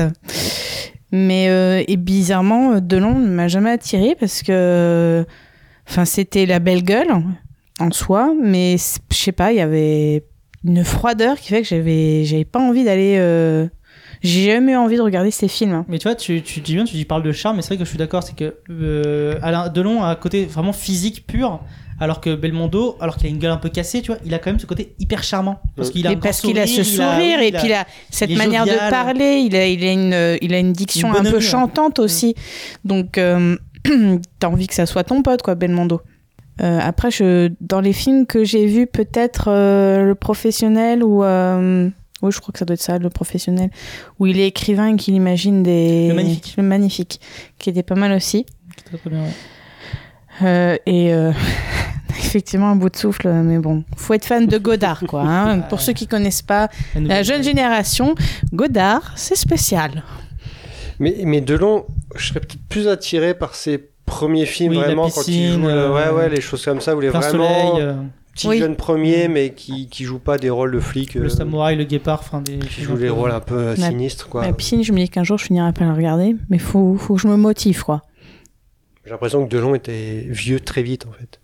D: Mais, euh, et bizarrement, Delon ne m'a jamais attirée parce que, enfin, c'était la belle gueule en soi, mais je sais pas, il y avait une froideur qui fait que j'avais, j'avais pas envie d'aller. Euh... J'ai jamais eu envie de regarder ces films.
C: Mais tu vois, tu, tu dis bien, tu dis, parles de charme, mais c'est vrai que je suis d'accord, c'est que euh, Alain Delon a un côté vraiment physique pur, alors que Belmondo, alors qu'il a une gueule un peu cassée, tu vois, il a quand même ce côté hyper charmant. Parce qu'il a,
D: et
C: un
D: parce
C: sourire,
D: qu'il a ce sourire,
C: il a,
D: et puis il a cette
C: il
D: manière
C: jovial.
D: de parler, il a, il a, une, il a une diction
C: une
D: un peu
C: amie,
D: chantante
C: ouais.
D: aussi. Donc, euh, t'as envie que ça soit ton pote, quoi, Belmondo. Euh, après, je, dans les films que j'ai vus, peut-être euh, Le Professionnel ou... Euh, oui, je crois que ça doit être ça, Le Professionnel, où il est écrivain et qu'il imagine des...
C: Le Magnifique.
D: Le Magnifique, qui était pas mal aussi.
C: Très, très bien, ouais.
D: Euh, et euh, effectivement, un bout de souffle, mais bon, faut être fan de Godard, quoi. Hein. Pour ceux qui connaissent pas la jeune génération, Godard, c'est spécial.
E: Mais, mais Delon, je serais peut-être plus attiré par ses premiers films,
C: oui,
E: vraiment,
C: piscine,
E: quand il joue,
C: euh,
E: ouais, ouais, les choses comme ça, où il est
C: Plein
E: vraiment
C: soleil, euh,
E: petit
D: oui.
E: jeune premier, mais qui, qui joue pas des rôles de flic.
C: le
E: euh,
C: samouraï, le guépard, enfin des.
E: qui joue des rôles un peu euh,
D: La-
E: sinistres, quoi.
D: La piscine, je me dis qu'un jour, je finirai par le regarder, mais faut, faut que je me motive, quoi.
E: J'ai l'impression que Delon était vieux très vite, en fait.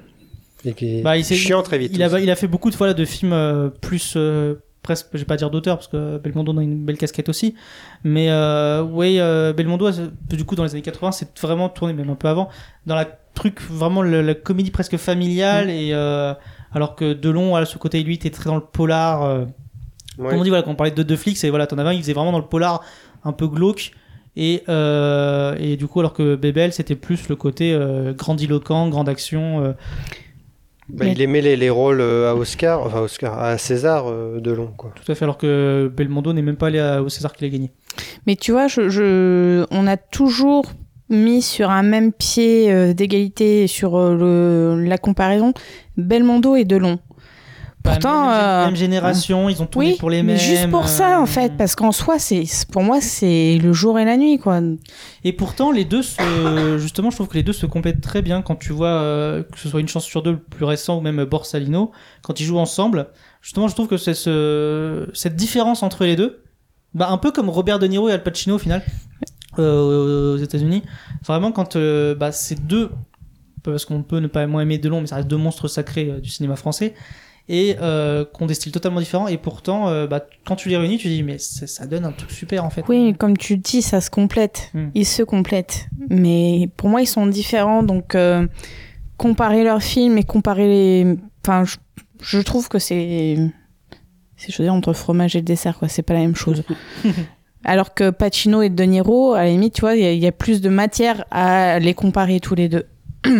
E: Et qui est
C: Bah, il s'est-
E: chiant très vite.
C: Il a,
E: aussi.
C: il a fait beaucoup de fois là, de films euh, plus euh, presque, je vais pas dire d'auteur parce que Belmondo a une belle casquette aussi, mais euh, oui, euh, Belmondo du coup dans les années quatre-vingts c'est vraiment tourné, même un peu avant, dans la truc vraiment la, la comédie presque familiale, mmh. et euh, alors que Delon, voilà, ce côté lui était très dans le polar. Euh,
E: Ouais.
C: Comme on dit, voilà, quand on parlait de deux flics, c'est voilà, t'en avais un, il faisait vraiment dans le polar un peu glauque. Et, euh, et du coup, alors que Bébel, c'était plus le côté euh, grandiloquent, grande action. Euh,
E: Bah, mais... Il aimait les, les rôles à Oscar, enfin Oscar, à César euh, Delon, quoi.
C: Tout à fait, alors que Belmondo n'est même pas allé à, au César qu'il a gagné.
D: Mais tu vois, je, je, on a toujours mis sur un même pied euh, d'égalité sur euh, le, la comparaison Belmondo et Delon. Pourtant,
C: bah, même,
D: euh,
C: même génération, ils ont tourné
D: oui,
C: pour les
D: mais
C: mêmes.
D: juste pour ça, en fait, parce qu'en soi, c'est, pour moi, c'est le jour et la nuit, quoi.
C: Et pourtant, les deux, se, justement, je trouve que les deux se complètent très bien quand tu vois euh, que ce soit Une chance sur deux, le plus récent, ou même Borsalino, quand ils jouent ensemble. Justement, je trouve que c'est ce, cette différence entre les deux, bah, un peu comme Robert De Niro et Al Pacino au final, euh, aux États-Unis. Vraiment, quand euh, bah, ces deux, parce qu'on peut ne pas moins aimer Delon, mais ça reste deux monstres sacrés euh, du cinéma français. Et euh, qui ont des styles totalement différents, et pourtant euh, bah, quand tu les réunis tu dis mais ça donne un truc super en fait.
D: Oui, comme tu dis, ça se complète, mm. ils se complètent, mais pour moi ils sont différents, donc euh, comparer leurs films et comparer les, enfin je, je trouve que c'est c'est je veux dire entre le fromage et le dessert, quoi, c'est pas la même chose. Alors que Pacino et De Niro, à la limite, tu vois, il y, y a plus de matière à les comparer tous les deux.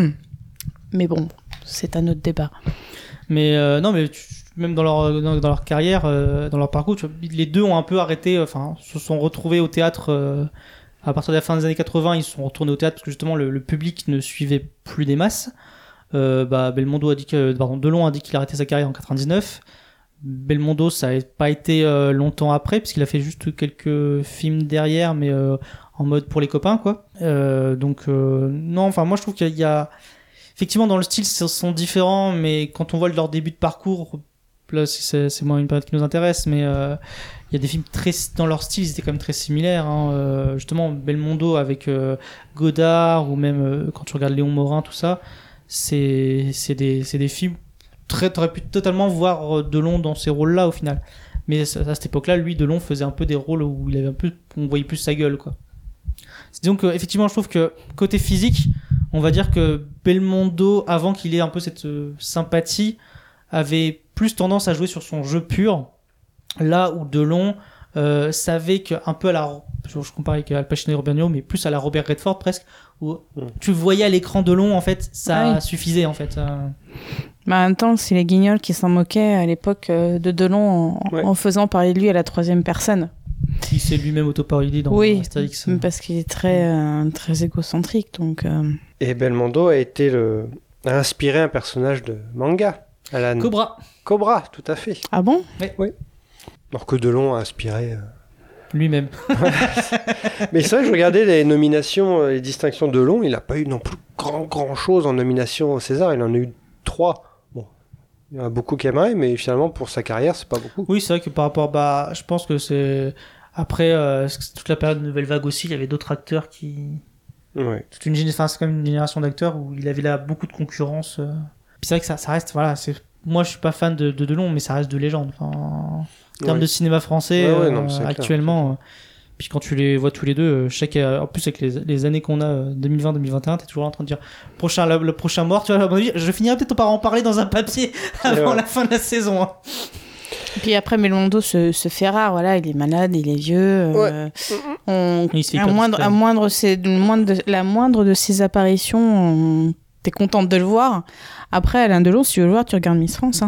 D: Mais bon, c'est un autre débat.
C: Mais euh, non, mais tu, même dans leur dans, dans leur carrière, euh, dans leur parcours, tu vois, les deux ont un peu arrêté, enfin, se sont retrouvés au théâtre euh, à partir de la fin des années quatre-vingts. Ils se sont retournés au théâtre parce que justement le, le public ne suivait plus des masses. Euh, bah, Belmondo a dit que, pardon, Delon a dit qu'il a arrêté sa carrière en quatre-vingt-dix-neuf. Belmondo, ça n'a pas été euh, longtemps après, puisqu'il a fait juste quelques films derrière, mais euh, en mode pour les copains, quoi. Euh, donc euh, non, enfin moi je trouve qu'il y a effectivement, dans le style, ils sont différents, mais quand on voit leur début de parcours, là, c'est, c'est moins une période qui nous intéresse, mais euh, il y a des films très, dans leur style, ils étaient quand même très similaires. Hein. Euh, justement, Belmondo avec euh, Godard, ou même euh, quand tu regardes Léon Morin, tout ça, c'est, c'est, des, c'est des films très, t'aurais pu totalement voir Delon dans ces rôles-là, au final. Mais à cette époque-là, lui, Delon faisait un peu des rôles où il avait un peu, on voyait plus sa gueule, quoi. Donc, euh, effectivement, je trouve que côté physique, on va dire que Belmondo, avant qu'il ait un peu cette euh, sympathie, avait plus tendance à jouer sur son jeu pur, là où Delon euh, savait qu'un peu à la, je, je compare avec Al Pacino et Robert De Niro, mais plus à la Robert Redford presque, où
E: Mm.
C: tu voyais à l'écran Delon, en fait, ça
D: Ah oui.
C: suffisait en fait. Euh,
D: Bah, en même temps, c'est les Guignols qui s'en moquaient à l'époque euh, de Delon en,
E: Ouais.
D: en faisant parler de lui à la troisième personne.
C: qui s'est lui-même autoparodie dans
D: oui,
C: Astérix.
D: parce qu'il est très, euh, très égocentrique. Donc, euh,
E: Et Belmondo a été le... a inspiré un personnage de manga. Alan.
C: Cobra,
E: Cobra, tout à fait.
D: Ah bon?
E: Alors que Delon a inspiré. euh.
C: lui-même.
E: Mais c'est vrai que je regardais les nominations, euh, les distinctions de Delon, il n'a pas eu non plus grand, grand chose en nomination au César, il en a eu trois. Bon, il y en a beaucoup qui aimeraient, mais finalement pour sa carrière, c'est pas beaucoup.
C: Oui, c'est vrai que par rapport, bah, je pense que c'est après euh, c'est toute la période de Nouvelle Vague aussi, il y avait d'autres acteurs qui,
E: Ouais.
C: toute une génération, enfin, c'est quand même une génération d'acteurs où il avait là beaucoup de concurrence. euh. Puis c'est vrai que ça, ça reste, voilà, c'est, moi je suis pas fan de, de Delon, mais ça reste de légende. Enfin, en termes
E: Ouais.
C: de cinéma français,
E: Ouais, ouais,
C: euh,
E: non, c'est clair.
C: actuellement. euh, Puis quand tu les vois tous les deux, euh, je sais qu'en plus avec les, les années qu'on a, euh, deux mille vingt deux mille vingt et un, t'es toujours en train de dire prochain, le, le prochain mort, tu vois, à mon avis, je finirai peut-être par en parler dans un papier avant
E: vrai.
C: la fin de la saison. hein.
D: Puis après, Belmondo se, se fait rare, voilà, il est malade, il est vieux. euh, on,
C: Il se fait
D: à
C: hyper
D: moindre,
C: discret.
D: à moindre, ses- le moindre de- la moindre de ses apparitions, on- t'es contente de le voir. Après, Alain Delon, si tu veux le voir, tu regardes Miss France. Hein.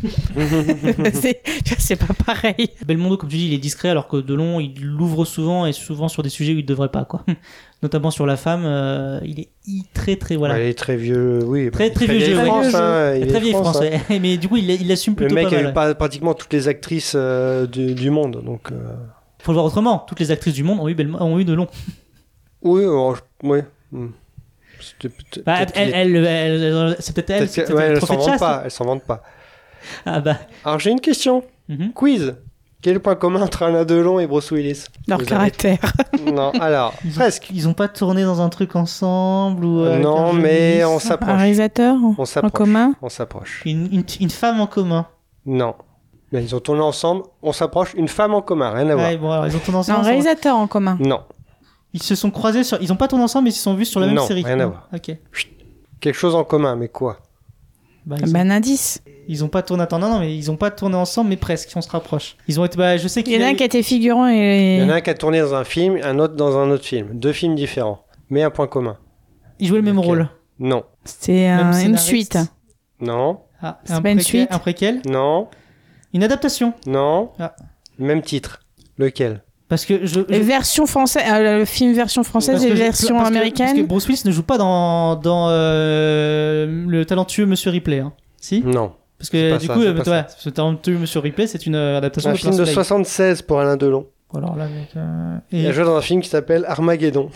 D: c'est, c'est pas pareil.
C: Belmondo, comme tu dis, il est discret, alors que Delon, il l'ouvre souvent et souvent sur des sujets où il devrait pas, quoi. Notamment sur la femme, euh, il est i- très très voilà.
E: Ouais, il est très vieux, oui.
C: Très,
E: bah,
C: très vieux
E: vieille
C: jeu, ouais.
E: France,
D: Très vieux
E: hein, il est
C: Très vieille France,
E: hein.
C: ouais. Mais du coup, il, il assume
E: Le
C: plutôt
E: mec
C: pas
E: a
C: mal.
E: eu
C: ouais.
E: pas- pratiquement toutes les actrices euh, du, du monde, donc... euh,
C: Faut le voir autrement. Toutes les actrices du monde ont eu, Belmo- ont eu Delon.
E: Oui, alors, je- oui. hmm. C'était peut-
C: Bah,
E: peut-être
C: elle,
E: qu'il est-
C: elle, elle- elle- c'est peut-être elle.
E: peut-être
C: c'est
E: que-
C: peut-être
E: ouais,
C: une
E: elle
C: trophée
E: s'en
C: de
E: vante
C: chasse.
E: pas, elle s'en vante pas.
C: Ah bah.
E: Alors j'ai une question.
C: Mhm.
E: Quiz. Quel est le point commun entre Alain Delon et Bruce Willis?
D: Leur
E: Vous
D: caractère.
E: avez- Non, alors,
C: Ils ont-
E: presque.
C: Ils ont pas tourné dans un truc ensemble ou. euh,
E: Non,
C: avec un jeu
E: mais
C: Willis
E: on
D: Un
E: s'approche.
D: réalisateur en-
E: On
D: en
E: s'approche.
D: commun.
E: On s'approche.
C: Une, une, une femme en commun.
E: Non. Mais ils ont tourné ensemble. On s'approche. Une femme en commun, rien à voir.
C: Ouais, bon, alors, ils ont tourné
D: Non,
C: ensemble.
D: un réalisateur en commun.
E: Non.
C: Ils se sont croisés sur. Ils ont pas tourné ensemble, mais ils se sont vus sur la même
E: Non,
C: série.
E: rien à voir.
C: Ok.
E: Quelque chose en commun, mais quoi?
C: Bah, ils,
D: Bah,
C: ont,
D: un indice.
C: ils ont pas tourné. Attends, non, non, mais ils ont pas tourné ensemble, mais presque. On se rapproche. Ils ont été. Bah, je sais
D: Il
C: qu'il
D: y en a un
C: eu-
D: qui a été figurant
E: Il
D: et.
E: y en a un qui a tourné dans un film, un autre dans un autre film. Deux films différents. Mais un point commun.
C: Ils jouaient le même
E: Ok.
C: rôle.
E: Non.
D: C'est
C: Même
D: un- une
C: scénariste.
D: suite.
E: Non.
C: Ah,
D: C'est
C: un
D: pas une
C: préquel-
D: suite
C: Un préquel.
E: Non.
C: Une adaptation.
E: Non.
C: Ah.
E: Même titre. Lequel?
C: Parce que je. je-
D: Et version française, euh, le film version française
C: parce
D: et
C: que je-
D: version
C: parce que-
D: américaine.
C: Parce que Bruce Willis ne joue pas dans, dans euh, le talentueux Monsieur Ripley. Hein. Si.
E: Non.
C: Parce
E: C'est
C: que
E: pas
C: du
E: ça,
C: coup,
E: c'est
C: euh,
E: pas
C: ouais, ce talentueux Monsieur Ripley, c'est une euh, adaptation
E: Un
C: de
E: film de
C: Plein Soleil.
E: soixante-seize pour Alain Delon.
C: Alors là, mec, euh,
E: Il
C: et-
E: a joué dans un film qui s'appelle Armageddon.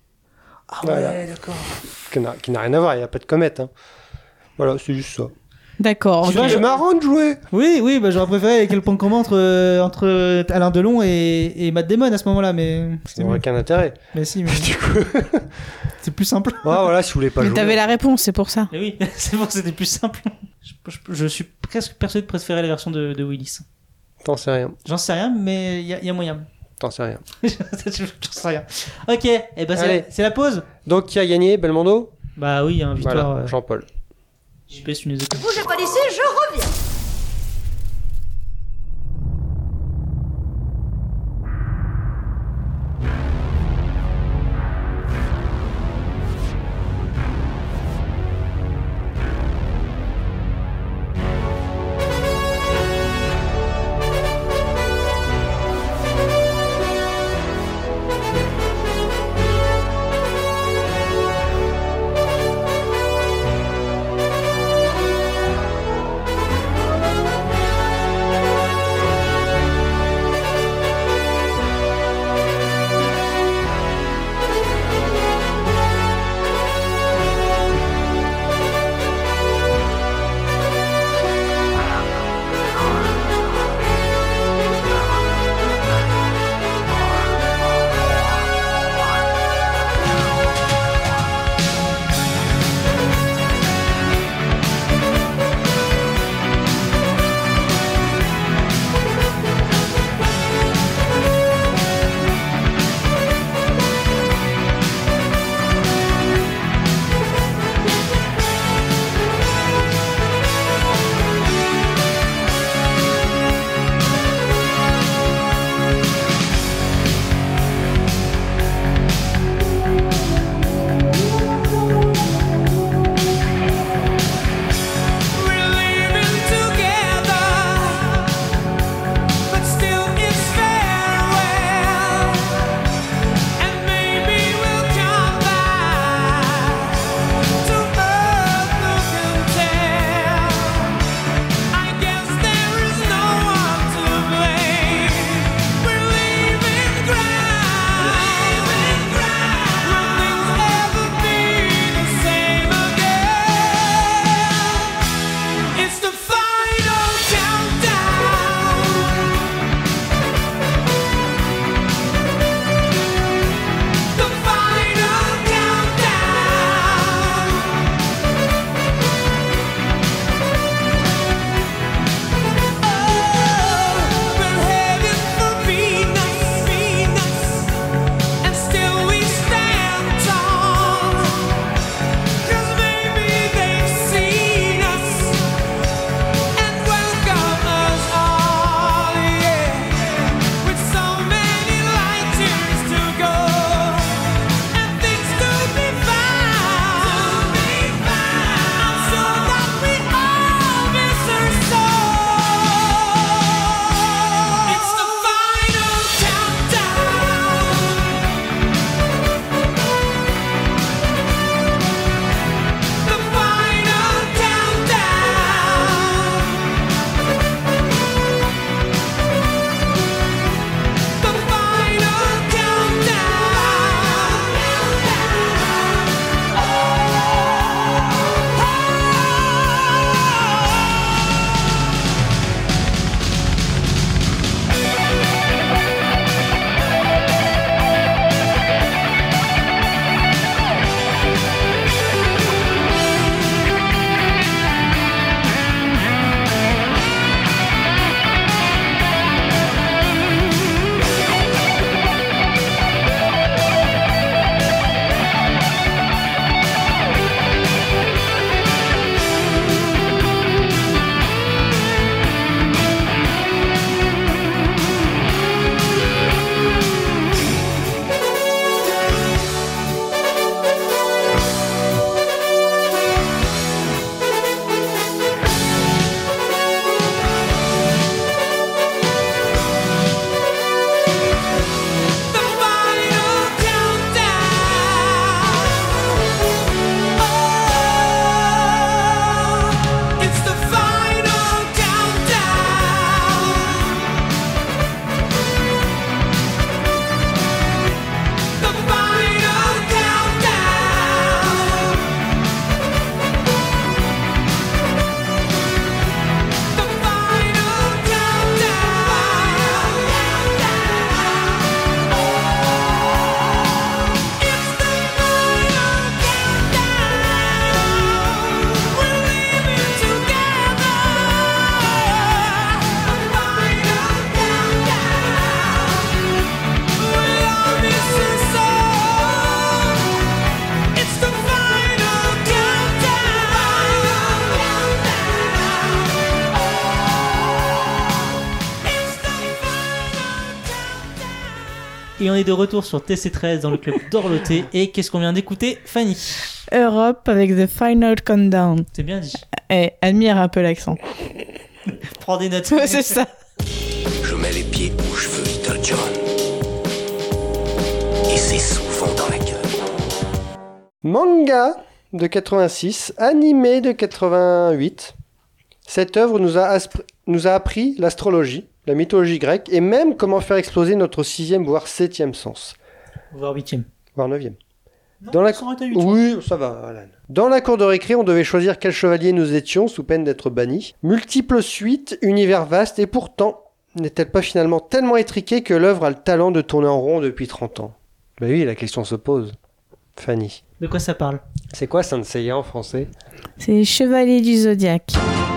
C: Ah ouais,
E: Voilà.
C: d'accord.
E: Qui n'a, qui n'a rien à voir, il n'y a pas de comète. Hein. Voilà, c'est juste ça.
D: D'accord.
C: Tu
D: ok.
C: vois,
E: C'est marrant de jouer.
C: Oui, oui, bah, j'aurais préféré quel point commun entre, euh, entre Alain Delon et, et Matt Damon à ce moment-là, mais
E: Ça
C: c'était
E: n'aurait
C: mieux.
E: aucun intérêt.
C: Mais si, mais
E: Du coup,
C: c'est plus simple.
E: ah, voilà, si vous voulez pas
D: Mais
E: jouer.
D: t'avais la réponse, c'est pour ça.
C: Mais oui, c'est bon, c'était plus simple. Je, je- je suis presque persuadé de préférer la version de, de Willis.
E: T'en sais rien.
C: J'en sais rien, mais il y, a- y a moyen.
E: T'en sais rien.
C: J'en sais rien. Ok, et ben
E: Allez.
C: c'est c'est la pause.
E: Donc, qui a gagné, Belmondo?
C: Bah oui, hein, victoire.
E: Voilà,
C: euh,
E: Jean-Paul.
C: J P, tu nous écoutes.
I: Bougez pas d'ici, je reviens.
C: Et on est de retour sur T C treize dans le club d'Orloté. Et qu'est-ce qu'on vient d'écouter, Fanny?
D: Europe avec The Final Countdown.
C: C'est bien dit.
D: Eh, admire un peu l'accent.
C: Prends des notes.
D: Ouais, c'est ça.
G: Je mets les pieds où je veux, Little John. Et c'est souvent dans la gueule.
E: Manga de quatre-vingt-six, animé de quatre-vingt-huit. Cette œuvre nous a, asp- nous a appris l'astrologie, la mythologie grecque et même comment faire exploser notre sixième voire septième sens.
C: Voire huitième.
E: Voire neuvième.
C: Non,
E: Dans la...
C: ça aurait été huit,
E: Oui, ça va, Alan. Dans la cour de récré, on devait choisir quel chevalier nous étions sous peine d'être bannis. Multiples suites, univers vaste et pourtant, n'est-elle pas finalement tellement étriquée que l'œuvre a le talent de tourner en rond depuis trente ans? Ben oui, la question se pose. Fanny.
C: De quoi ça parle?
E: C'est quoi Saint Seiya en français?
D: C'est les Chevaliers du Zodiaque.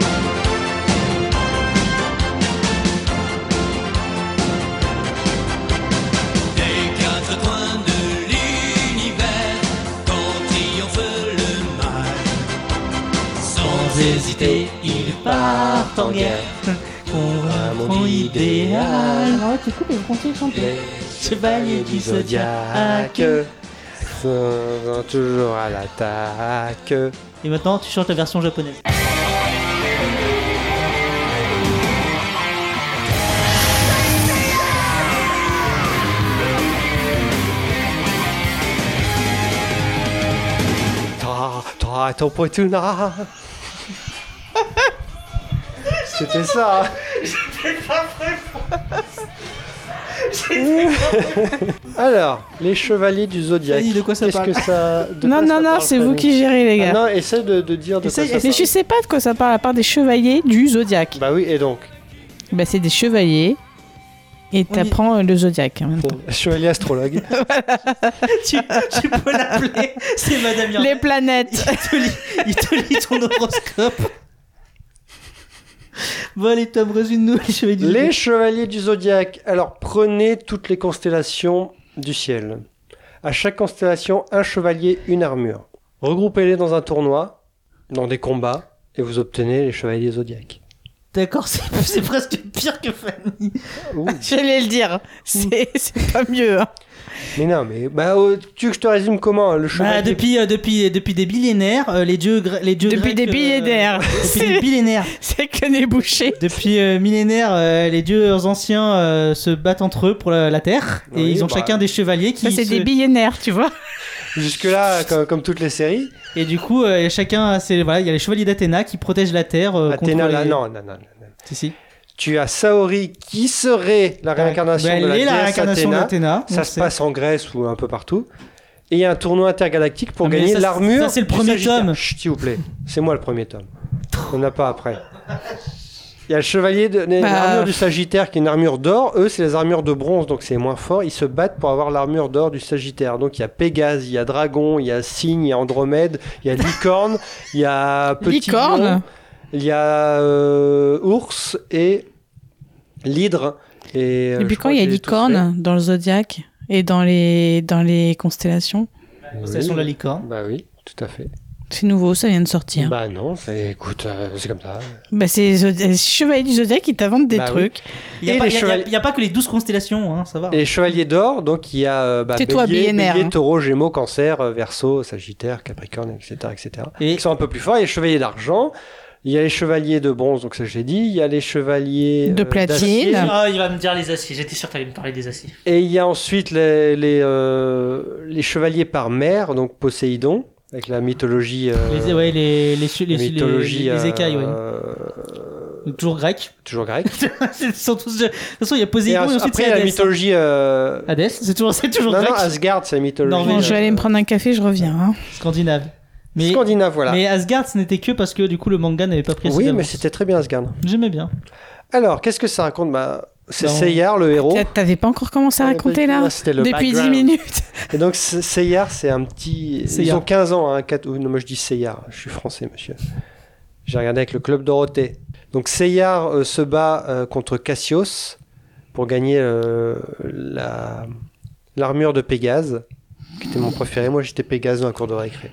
C: Hésiter, ils partent en guerre pour un monde idéal.
D: Alors, tu coupes et vous continuez de chanter.
C: Chevalier du Zodiaque.
E: Sont toujours à l'attaque.
C: Et maintenant, tu chantes la version japonaise.
E: Ta ta ta opportuna. C'était ça.
C: J'étais pas prêt.
E: Alors, les chevaliers du Zodiaque.
C: Fanny, de quoi ça
E: Qu'est-ce
C: parle
E: que ça de
D: Non,
E: quoi
D: non,
E: ça
D: non,
E: parle,
D: c'est
E: Fanny
D: vous qui gérez, les gars.
E: Ah non, essaie de, de dire de
C: Essaye-
E: quoi ça
D: Mais
E: parle.
D: je sais pas de quoi ça parle à part des chevaliers du Zodiaque.
E: Bah oui, et donc
D: Bah, c'est des chevaliers. Et
C: On y-
D: t'apprends euh, le Zodiaque en même temps.
E: Chevalier astrologue.
C: tu, tu peux l'appeler. C'est Madame Irma.
D: Les planètes.
C: Il te lit, il te lit ton horoscope. Bon, allez, Tom, résume-nous les chevaliers du
E: Les
C: Zodiaque.
E: chevaliers du Zodiaque. Alors, prenez toutes les constellations du ciel. À chaque constellation, un chevalier, une armure. Regroupez-les dans un tournoi, dans des combats, et vous obtenez les chevaliers Zodiaque.
C: D'accord, c'est, c'est presque pire que Fanny.
E: Ouh.
D: J'allais le dire. C'est c'est pas mieux. Hein.
E: Mais non, mais bah, euh, tu veux que je te résume comment le
C: Bah,
E: chevalier
C: depuis, euh, depuis, depuis des millénaires, euh, les dieux, gre- les dieux
D: Depuis
C: grecs,
D: des millénaires.
C: depuis des millénaires.
D: C'est que des bouchées.
C: Depuis euh, millénaires, euh, les dieux anciens euh, se battent entre eux pour la, la terre. Et
E: Oui,
C: ils ont
E: bah.
C: chacun des chevaliers qui
D: Ça, c'est
C: se...
D: des millénaires, tu vois.
E: Jusque-là, comme, comme toutes les séries.
C: Et du coup, euh, chacun a ses... Voilà, il y a les chevaliers d'Athéna qui protègent la terre euh,
E: Athéna,
C: contre
E: là,
C: les...
E: non, non, non, non.
C: Si, si.
E: Tu as Saori qui serait la réincarnation
C: Bah,
E: de la
C: elle est la
E: déesse
C: réincarnation
E: Athéna.
C: d'Athéna. on
E: Ça
C: le
E: se
C: sait.
E: passe en Grèce ou un peu partout. Et il y a un tournoi intergalactique pour
C: Ah, mais
E: gagner
C: ça,
E: l'armure.
C: ça, c'est le
E: du
C: premier
E: Sagittaire.
C: tome.
E: Chut, s'il vous plaît. C'est moi le premier tome. On n'a pas après. Il y a le chevalier de
D: Bah.
E: l'armure du Sagittaire qui est une armure d'or. Eux, c'est les armures de bronze, donc c'est moins fort. Ils se battent pour avoir l'armure d'or du Sagittaire. Donc il y a Pégase, il y a Dragon, il y a Cygne, il y a Andromède, il y a Licorne, il y a Petit
D: Licorne
E: Lion, il y a euh, Ours et l'Hydre. Et, euh,
D: Depuis
E: je
D: quand
E: crois
D: il y a
E: que j'ai tous
D: licorne dans le Zodiaque et dans les, dans les constellations?
E: fait.
C: Constellation de la licorne.
E: Bah oui, tout à fait.
D: C'est nouveau, ça vient de sortir. Bah,
E: Bah non, c'est, écoute, euh, c'est comme ça.
D: c'est les, Zodi- les chevaliers du Zodiaque qui t'inventent des
E: Bah oui.
D: trucs.
C: Il n'y a,
E: Et
C: pas-
E: les
C: il y a-
E: chevaliers-
C: il y a pas que les douze constellations, hein, ça va.
E: Et les chevaliers d'or, donc il y a euh, bah,
D: C'est toi,
E: Bélier,
D: millénaire,
E: Bélier,
D: hein.
E: Taureau, Gémeaux, Cancer, euh, Verseau, Sagittaire, Capricorne, et cetera, et cetera.
C: Et-
E: Qui sont un peu plus forts. Il y a les chevaliers d'argent, il y a les chevaliers de bronze, donc ça je l'ai dit. Il y a les chevaliers
D: De
E: euh,
D: platine.
E: d'acier.
C: Ah, il va me dire les aciers. J'étais sûr que tu allais me parler des aciers.
E: Et il y a ensuite les, les, euh, les chevaliers par mer, donc Poséidon, avec la mythologie. euh,
C: Les, ouais, les, les, les,
E: la
C: les,
E: mythologie,
C: les- les écailles, ouais.
E: euh,
C: Toujours grec.
E: toujours grecque.
C: Ils sont tous- De toute façon, il y a
E: Et
C: Poséidon et,
E: as-
C: ensuite
E: après,
C: c'est
E: il y a la
C: Hadès.
E: mythologie. euh,
C: Hadès, c'est toujours, c'est toujours
E: Non,
C: grec.
E: non, Asgard, c'est la mythologie.
C: Norvège.
D: Bon, je vais aller me prendre un café, je reviens. Hein.
C: Scandinave. Mais,
E: Scandinave, voilà.
C: mais Asgard, ce n'était que parce que du coup le manga n'avait pas pris assez
E: Oui, mais
C: d'avance.
E: c'était très bien Asgard.
C: J'aimais bien.
E: Alors, qu'est-ce que ça raconte bah, c'est
C: Bah, on-
E: Seyar, le héros.
D: T'a- T'avais pas encore commencé à
E: Ouais,
D: raconter
E: pas du tout.
D: là
E: Ah, c'était le
D: depuis dix
E: background.
D: minutes.
E: Et donc, C- Seyar, c'est un petit. Ils
C: Seyar.
E: ont quinze ans, hein. quatre- Non, moi je dis Seyar. Je suis français, monsieur. J'ai regardé avec le club Dorothée. Donc, Seyar euh, se bat euh, contre Cassios pour gagner euh, la... l'armure de Pégase, qui était mon préféré. Moi, j'étais Pégase dans la cour de récré.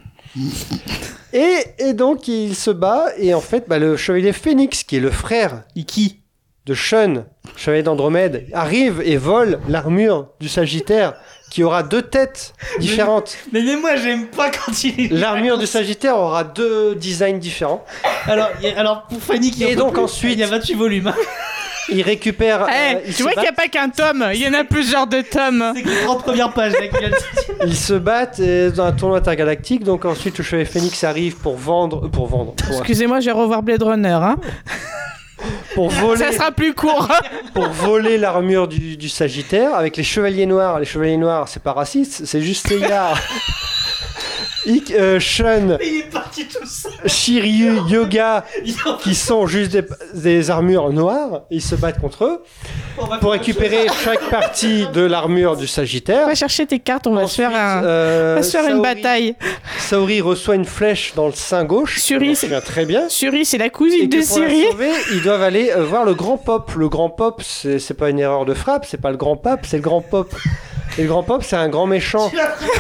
E: Et, et donc, il se bat, et en fait, bah, le chevalier Phénix, qui est le frère
C: Iki.
E: de Shun, chevalier d'Andromède, arrive et vole l'armure du Sagittaire, qui aura deux têtes différentes.
C: Mais, mais moi, j'aime pas quand il...
E: L'armure du Sagittaire aura deux designs différents.
C: Alors, y a- alors pour Fanny qui en
E: Et
C: peut
E: donc
C: plus,
E: ensuite-
C: il y a vingt-huit volumes.
E: Il récupère...
D: Eh,
E: euh, il
D: tu
E: se
D: vois qu'il n'y a
E: battent-
D: pas qu'un tome, il y en a plusieurs de tomes.
C: C'est que les trente premières pages là, qui viennent de sortir.
E: Ils se battent euh, dans un tournoi intergalactique, donc ensuite le chevalier Phénix arrive pour vendre... euh, Pour vendre... Pour,
D: Excusez-moi, je vais revoir Blade Runner. Hein.
E: pour voler...
D: Ça sera plus court.
E: pour voler l'armure du, du Sagittaire avec les chevaliers noirs. Les chevaliers noirs, c'est pas raciste, c'est juste Seyar, Ik, euh, Shun,
C: Il est parti tout seul.
E: Shiryu, Yoga, qui sont juste des, des armures noires. Ils se battent contre eux pour récupérer chaque partie de l'armure du Sagittaire.
D: Va chercher tes cartes, on va se
E: Ensuite,
D: faire, un...
E: euh,
D: on va se faire une
E: Saori-
D: bataille.
E: Saori reçoit une flèche dans le sein gauche.
D: Suri,
E: Je me souviens très bien.
D: Suri, c'est la
E: Et
D: cousine de
E: que pour la
D: Siri.
E: sauver, ils doivent aller euh, voir le grand pop. Le grand pop, c'est c'est pas une erreur de frappe, c'est pas le grand pape, c'est le grand pop. Et le grand pop, c'est un grand méchant.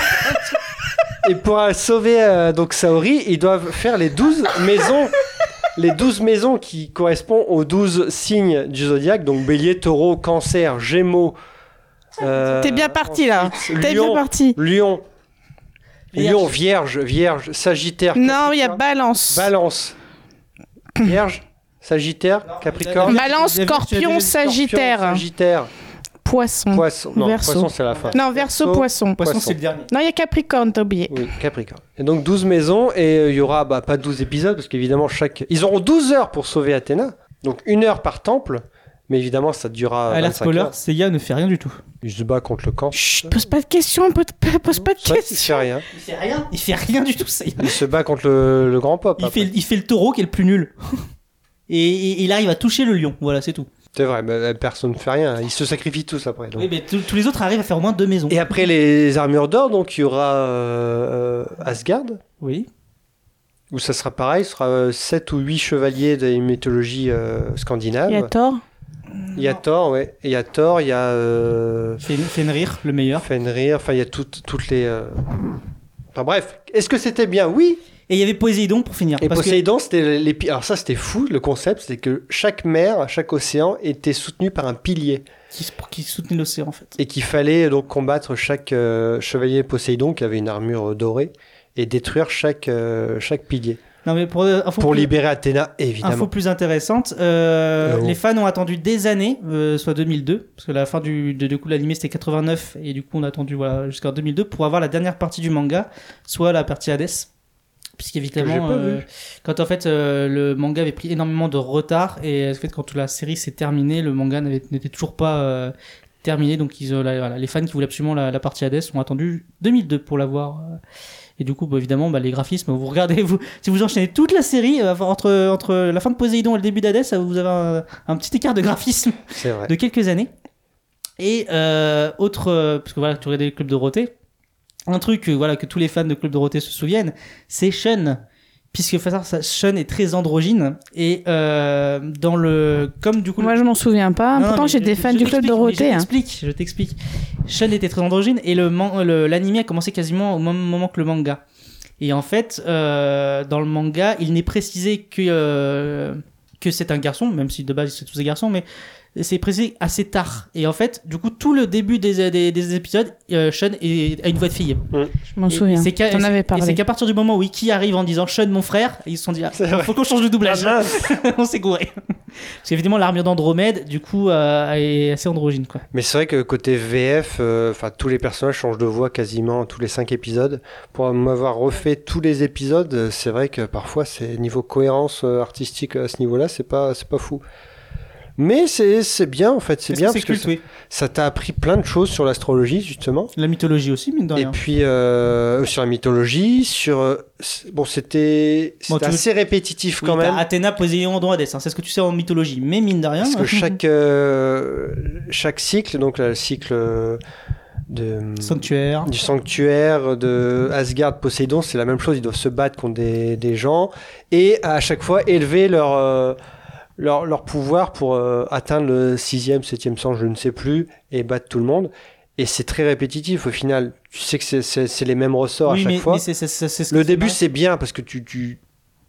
E: Et pour euh, sauver euh, donc Saori, ils doivent faire les douze maisons. Les douze maisons qui correspondent aux douze signes du zodiaque, donc Bélier, Taureau, Cancer, Gémeaux. euh,
D: T'es bien parti là.
E: ensuite,
D: T'es
E: Lion,
D: bien parti.
E: Lion,
C: Vierge.
E: Lion, Vierge, Vierge, Sagittaire.
D: Non, il y a
E: Capricorne.
D: Balance.
E: Balance. Vierge, Sagittaire, Capricorne.
D: Balance,
C: J'ai vu- j'ai vu-
D: Scorpion,
C: j'ai vu-
D: Sagittaire.
E: Sagittaire,
D: Poisson.
E: Poisson. Non,
D: Verseau.
E: Poisson, c'est la fin.
D: Non, Verseau, Poisson.
C: Poisson,
E: Poisson.
C: c'est le dernier.
D: Non, il y a Capricorne, t'as oublié.
E: Oui, Capricorne. Et donc douze maisons, et euh, il y aura bah, pas douze épisodes, parce qu'évidemment, chaque. Ils auront douze heures pour sauver Athéna. Donc une heure par temple, mais évidemment, ça durera.
C: Alerte
E: vingt-cinq
C: spoiler,
E: heures.
C: Seiya ne fait rien du tout.
E: Il se bat contre le camp.
D: Chut, pose pas de questions, pose pose pas de
E: C'est vrai qu'il
D: questions.
E: fait rien.
C: Il fait rien. Il fait rien du tout, Seiya.
E: Il se bat contre le, le grand pop.
C: Il
E: après.
C: fait, il fait le taureau qui est le plus nul. Et, et il arrive à toucher le lion. Voilà, c'est tout.
E: C'est vrai, mais euh, personne ne fait rien. Ils se sacrifient tous après. donc.
C: Oui, mais tous tous les autres arrivent à faire au moins deux maisons.
E: Et après les armures d'or, donc il y aura euh, euh, Asgard,
C: Oui.
E: où ça sera pareil, ce sera sept ou huit chevaliers des mythologies euh, scandinaves.
D: Il y a Thor.
E: Il y a Thor, ouais. Et il y a Thor, il y a euh,
C: Fen- Fenrir, le meilleur.
E: Fenrir, enfin il y a toutes, toutes les... euh, Enfin bref, est-ce que c'était bien? Oui.
C: Et il y avait Poséidon pour finir.
E: Et
C: parce que-
E: Poséidon, c'était les... pi- Alors ça, c'était fou, le concept, c'est que chaque mer, chaque océan était soutenu par un pilier.
C: Qui, qui soutenait l'océan, en fait.
E: Et qu'il fallait donc combattre chaque euh, chevalier Poséidon qui avait une armure dorée et détruire chaque, euh, chaque pilier.
C: Non, mais pour, euh, info
E: Pour
C: plus-
E: libérer Athéna, évidemment.
C: Info plus intéressante, euh,
E: Euh, oh.
C: les fans ont attendu des années, euh, soit deux mille deux, parce que la fin du, de, du coup l'animé c'était quatre-vingt-neuf, et du coup on a attendu voilà, jusqu'en deux mille deux pour avoir la dernière partie du manga, soit la partie Hades. Puisqu'évidemment,
E: Que j'ai pas
C: euh,
E: vu.
C: quand en fait euh, le manga avait pris énormément de retard, et en fait quand la série s'est terminée, le manga n'avait- n'était toujours pas euh, terminé, donc ils, euh, la- voilà, les fans qui voulaient absolument la, la partie Hades ont attendu deux mille deux pour l'avoir. euh, Et du coup, bah, évidemment, bah, les graphismes, vous regardez, vous, si vous enchaînez toute la série, euh, entre, entre la fin de Poséidon et le début d'Hadès, ça, vous avez un, un petit écart de graphisme
E: C'est vrai.
C: de quelques années. Et euh, autre, euh, parce que voilà, tu regardais le Club Dorothée, un truc euh, voilà, que tous les fans de Club Dorothée se souviennent, c'est Shun. Puisque faut savoir, ça, Shun est très androgyne. Et euh, dans le. Comme du coup.
D: Moi, je m'en souviens pas.
C: Non, non,
D: Pourtant,
C: mais
D: j'ai
C: je-
D: des fans
C: je
D: du Club
C: t'explique,
D: Dorothée.
C: Je
D: hein.
C: t'explique, je t'explique. Shun était très androgyne et le man- le- l'anime a commencé quasiment au même moment que le manga. Et en fait, euh, dans le manga, il n'est précisé que, euh, que c'est un garçon, même si de base c'est tous des garçons, mais c'est précisé assez tard. Et en fait, du coup, tout le début des, des, des épisodes, euh, Shun est, a une voix de fille.
D: Je m'en
C: Et-
D: souviens.
C: et c'est qu'à-
D: T'en avais
C: Et c'est
D: parlé.
C: qu'à partir du moment où Iki arrive en disant Shun, mon frère, ils se sont dit, ah, faut qu'on change de doublage.
E: Ah,
C: On s'est gouré. Parce qu'évidemment, l'armure d'Andromède, du coup, euh, est assez androgyne, quoi.
E: Mais c'est vrai que côté V F, euh, enfin tous les personnages changent de voix quasiment tous les cinq épisodes. Pour m'avoir refait tous les épisodes, euh, c'est vrai que parfois c'est niveau cohérence euh, artistique à ce niveau-là, c'est pas c'est pas fou. Mais c'est c'est bien en fait, c'est
C: Parce
E: bien
C: que c'est
E: parce que
C: culte,
E: ça-
C: oui.
E: ça t'a appris plein de choses sur l'astrologie justement.
C: La mythologie aussi, mine de
E: Et
C: rien.
E: puis euh, sur la mythologie, sur euh, c'est- bon c'était
C: Bon,
E: c'était
C: tu veux-
E: assez répétitif
C: Oui,
E: quand
C: t'as
E: même.
C: Athéna, Poséidon, Andron, Hadès, hein, c'est ce que tu sais en mythologie. Mais mine de rien.
E: Parce que chaque euh, chaque cycle, donc là, le cycle euh, de
C: Sanctuaire.
E: du sanctuaire de Asgard, Poséidon, c'est la même chose. Ils doivent se battre contre des, des gens et à chaque fois élever leur euh, leur, leur pouvoir pour euh, atteindre le sixième, septième sens, je ne sais plus, et battre tout le monde. Et c'est très répétitif au final. Tu sais que c'est, c'est, c'est les mêmes ressorts
C: Oui,
E: à chaque
C: mais,
E: fois.
C: mais c'est, c'est, c'est, c'est ce
E: Le
C: que
E: début
C: c'est
E: c'est bien parce que tu tu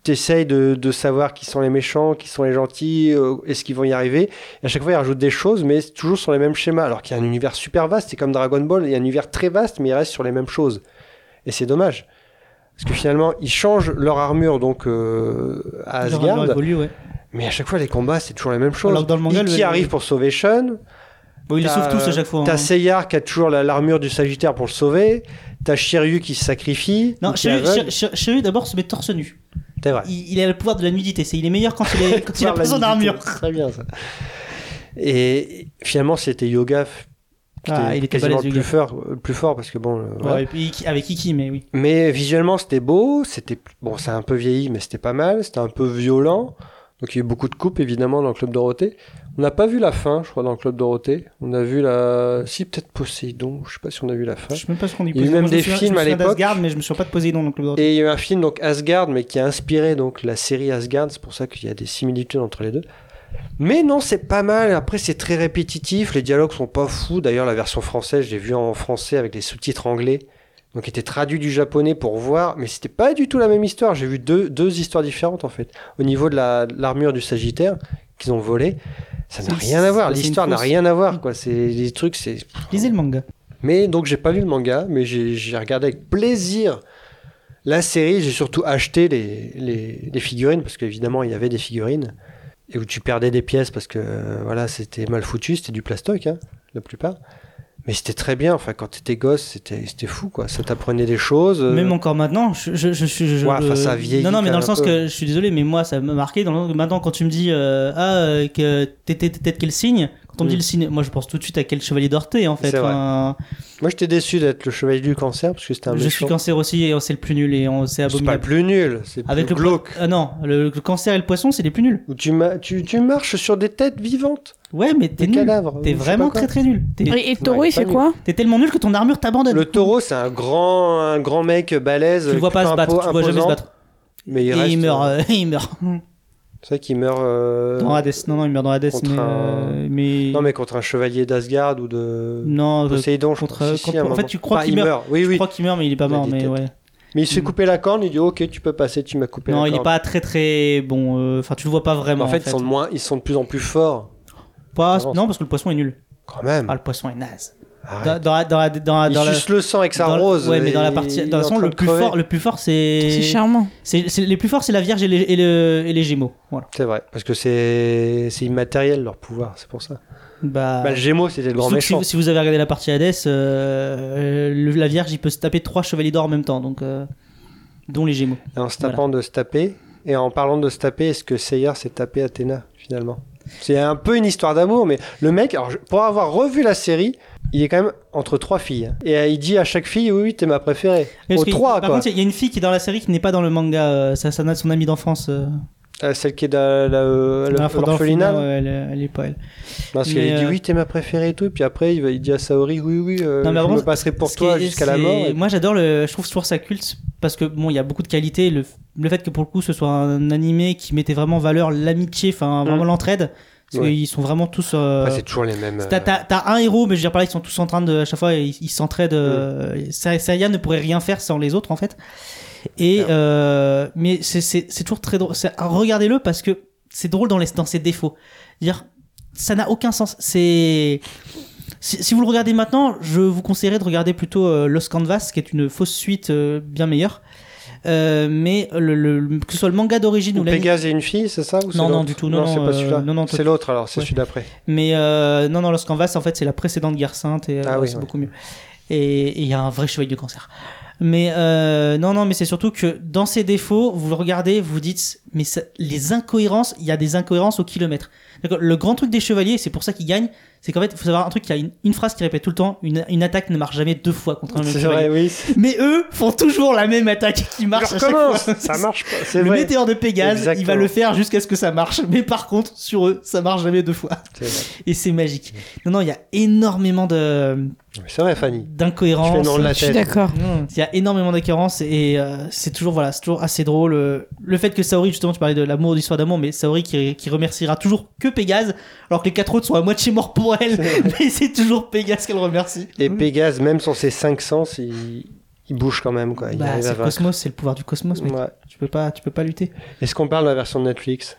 E: t'essayes de, de savoir qui sont les méchants, qui sont les gentils, euh, est-ce qu'ils vont y arriver. Et à chaque fois, ils rajoutent des choses, mais c'est toujours sur les mêmes schémas. Alors qu'il y a un univers super vaste, c'est comme Dragon Ball, il y a un univers très vaste, mais ils restent sur les mêmes choses. Et c'est dommage. Parce que finalement, ils changent leur armure donc euh, à Asgard.
C: Évolue, ouais.
E: Mais à chaque fois, les combats, c'est toujours les mêmes choses.
C: Alors que dans le manga,
E: Iki
C: le...
E: arrive pour sauver Shun.
C: Bon, ils les sauvent tous à chaque fois.
E: T'as
C: hein.
E: Seyar qui a toujours la, l'armure du Sagittaire pour le sauver. T'as Shiryu qui se sacrifie.
C: Non, Shiryu, Shiryu, Shiryu d'abord se met torse nu.
E: C'est vrai.
C: Il, il a le pouvoir de la nudité. C'est, il est meilleur quand il, est, quand il a pas son armure.
E: Très bien ça. Et finalement, c'était Yoga qui
C: ah,
E: était
C: il était
E: quasiment
C: balèze,
E: plus fort, plus fort parce que bon. Euh,
C: ouais,
E: voilà.
C: et puis, avec Iki, mais oui.
E: Mais visuellement, c'était beau. C'était bon, ça a un peu vieilli, mais c'était pas mal. C'était un peu violent. Donc il y a eu beaucoup de coupes évidemment dans le Club Dorothée. On n'a pas vu la fin, je crois, dans le Club Dorothée. On a vu la... Si, peut-être Poséidon, je sais pas si on a vu la fin.
C: Je sais même pas ce qu'on dit.
E: Il y a eu même
C: Moi,
E: des
C: souviens,
E: films à l'époque.
C: Asgard, mais je me souviens pas de Poséidon dans le Club Dorothée.
E: Et il y a eu un film, donc Asgard, mais qui a inspiré donc, la série Asgard, c'est pour ça qu'il y a des similitudes entre les deux. Mais non, c'est pas mal. Après, c'est très répétitif, les dialogues sont pas fous. D'ailleurs, la version française, je l'ai vue en français avec les sous-titres anglais. Donc, était traduit du japonais pour voir, mais c'était pas du tout la même histoire. J'ai vu deux, deux histoires différentes en fait. Au niveau de, la, de l'armure du Sagittaire qu'ils ont volé, ça n'a
C: c'est,
E: rien à voir.
C: c'est
E: L'histoire n'a rien à voir, quoi. C'est les trucs, c'est.
C: Lisez le manga.
E: Mais donc, j'ai pas lu le manga, mais j'ai, j'ai regardé avec plaisir la série. J'ai surtout acheté les, les, les figurines parce qu'évidemment, il y avait des figurines et où tu perdais des pièces parce que euh, voilà, c'était mal foutu, c'était du plastoc, hein, la plupart. Mais c'était très bien, enfin quand t'étais gosse, c'était, c'était fou quoi, ça t'apprenait des choses. Euh...
C: Même encore maintenant, je je je, je, je
E: ouais, enfin ça vieillit.
C: Non non, mais dans le sens
E: peu.
C: que je suis désolé, mais moi ça m'a marqué. Dans le... Maintenant quand tu me dis euh, ah euh, que t'étais peut-être quel signe, quand on me
E: mm.
C: dit le signe, moi je pense tout de suite à quel chevalier d'Orthée en fait.
E: C'est
C: enfin...
E: Moi j'étais déçu d'être le chevalier du cancer parce que c'était un
C: Je
E: méchant.
C: suis cancer aussi et c'est le plus nul et on c'est abominable.
E: C'est pas le plus nul, c'est plus
C: avec le
E: glauque.
C: Po... Ah non, le, le cancer et le poisson c'est les plus nuls.
E: Où tu, ma... tu tu marches sur des têtes vivantes.
C: Ouais, mais t'es
E: des
C: nul.
E: Cadavres,
C: t'es vraiment très très nul. T'es...
D: Et, et le taureau, ouais, il fait quoi?
C: T'es tellement nul que ton armure t'abandonne.
E: Le taureau, c'est un grand, un grand mec balèze.
C: Tu le vois pas se battre, tu le vois jamais se battre.
E: Mais il
C: et
E: reste.
C: il meurt,
E: euh...
C: euh, il meurt.
E: C'est vrai qu'il meurt. Euh...
C: Dans Hades, non, non, il meurt dans Hades, mais,
E: un...
C: euh, mais.
E: Non, mais contre un chevalier d'Asgard ou de.
C: Non,
E: Poséidon, je
C: contre.
E: crois. Si,
C: contre...
E: si,
C: en fait, tu crois enfin, qu'il meurt. meurt.
E: Oui,
C: je
E: oui.
C: crois qu'il meurt, mais il est pas mort, mais ouais.
E: Mais il se fait couper la corne, il dit ok, tu peux passer, tu m'as coupé
C: non,
E: la corne.
C: Non, il est pas très très bon. Enfin, euh, tu le vois pas vraiment.
E: En fait,
C: en fait.
E: Ils, sont de moins... ils sont de plus en plus forts.
C: Pas... Non, parce que le poisson est nul.
E: Quand même.
C: Ah, le poisson est naze.
E: Arrête.
C: Dans, dans, dans, dans,
E: il
C: dans
E: suce
C: la...
E: le sang avec sa
C: dans
E: rose.
C: Ouais, mais dans la partie. De toute façon, le plus crever. fort, le plus fort, c'est.
D: C'est charmant.
C: C'est, c'est les plus forts, c'est la Vierge et les, et le, et les Gémeaux. Voilà.
E: C'est vrai, parce que c'est, c'est immatériel leur pouvoir, c'est pour ça.
C: Bah,
E: bah le Gémeaux, c'était le grand méchant.
C: Si, si vous avez regardé la partie Hades, euh, le, la Vierge, il peut se taper trois chevaliers d'or en même temps, donc euh, dont les Gémeaux.
E: Et en se tapant voilà. de se taper, et en parlant de se taper, est-ce que Seyar s'est tapé Athéna finalement? C'est un peu une histoire d'amour, mais le mec, alors, pour avoir revu la série, il est quand même entre trois filles. Et euh, il dit à chaque fille, oui, oui, t'es ma préférée. Aux trois,
C: par
E: quoi.
C: contre, il y a une fille qui est dans la série qui n'est pas dans le manga. Euh, ça, ça, son amie d'enfance. Euh...
E: Euh, celle qui est dans la, euh,
C: dans
E: l'orphelinat.
C: Ouais, elle, elle est pas elle.
E: Parce qu'elle euh... dit, oui, t'es ma préférée et tout. Et puis après, il, va, il dit à Saori, oui, oui, euh, non, mais je me passerai pour toi jusqu'à la mort. Et...
C: Moi, j'adore le. Je trouve toujours ça culte parce que bon, il y a beaucoup de qualités. Le, le fait que pour le coup, ce soit un animé qui mettait vraiment en valeur l'amitié, enfin, vraiment mmh. l'entraide. Parce ouais. qu'ils sont vraiment tous. Euh...
E: Ouais, c'est toujours les mêmes.
C: T'as, t'as, t'as un héros, mais je veux dire par là, ils sont tous en train de. À chaque fois, ils, ils s'entraident. Euh... Mm. Seiya ne pourrait rien faire sans les autres, en fait. Et. Euh... Mais c'est, c'est, c'est toujours très drôle. C'est... Regardez-le parce que c'est drôle dans, les... dans ses défauts. Dire, ça n'a aucun sens. C'est. Si, si vous le regardez maintenant, je vous conseillerais de regarder plutôt euh, Lost Canvas, qui est une fausse suite euh, bien meilleure. Euh, mais le, le, que ce soit le manga d'origine ou,
E: ou Pégase et une fille, c'est ça ou c'est
C: non,
E: l'autre
C: non, du tout. Non,
E: non, c'est
C: euh,
E: pas celui-là.
C: Non, non,
E: c'est l'autre alors, c'est
C: ouais.
E: celui d'après.
C: Mais euh, non, non, Lost Canvas, en fait, c'est la précédente Guerre Sainte et euh,
E: ah, oui,
C: c'est
E: ouais.
C: beaucoup mieux. Et il y a un vrai chevalier du cancer. Mais euh, non, non, mais c'est surtout que dans ses défauts, vous le regardez, vous vous dites, mais ça, les incohérences, il y a des incohérences au kilomètre. D'accord, le grand truc des chevaliers, c'est pour ça qu'ils gagnent, c'est qu'en fait, il faut savoir un truc, il y a une, une phrase qui répète tout le temps, une, une attaque ne marche jamais deux fois contre un même
E: c'est
C: chevalier.
E: Vrai, oui.
C: Mais eux font toujours la même attaque qui marche à chaque fois.
E: Ça marche pas, c'est
C: le
E: vrai.
C: Le météore de Pégase, Exactement. Il va le faire jusqu'à ce que ça marche. Mais par contre, sur eux, ça marche jamais deux fois.
E: C'est vrai.
C: Et c'est magique. Non, non, il y a énormément de...
E: C'est vrai, Fanny.
C: D'incohérences.
E: Je fais non de la tête.
D: Je suis d'accord.
C: Il y a énormément d'incohérences et euh, c'est toujours, voilà, c'est toujours assez drôle. Le fait que Saori, justement, tu parlais de l'amour, d'histoire d'amour, mais Saori qui, qui remerciera toujours que Pégase, alors que les quatre autres sont à moitié morts pour elle. Mais c'est toujours Pégase qu'elle remercie.
E: Et Pégase, même sur ses cinq sens, il, il bouge quand même, quoi. Il
C: Bah,
E: arrive
C: c'est
E: à
C: le
E: vaincre.
C: cosmos, c'est le pouvoir du cosmos, mec.
E: Ouais.
C: Tu peux pas, tu peux pas lutter.
E: Est-ce qu'on parle de la version de Netflix?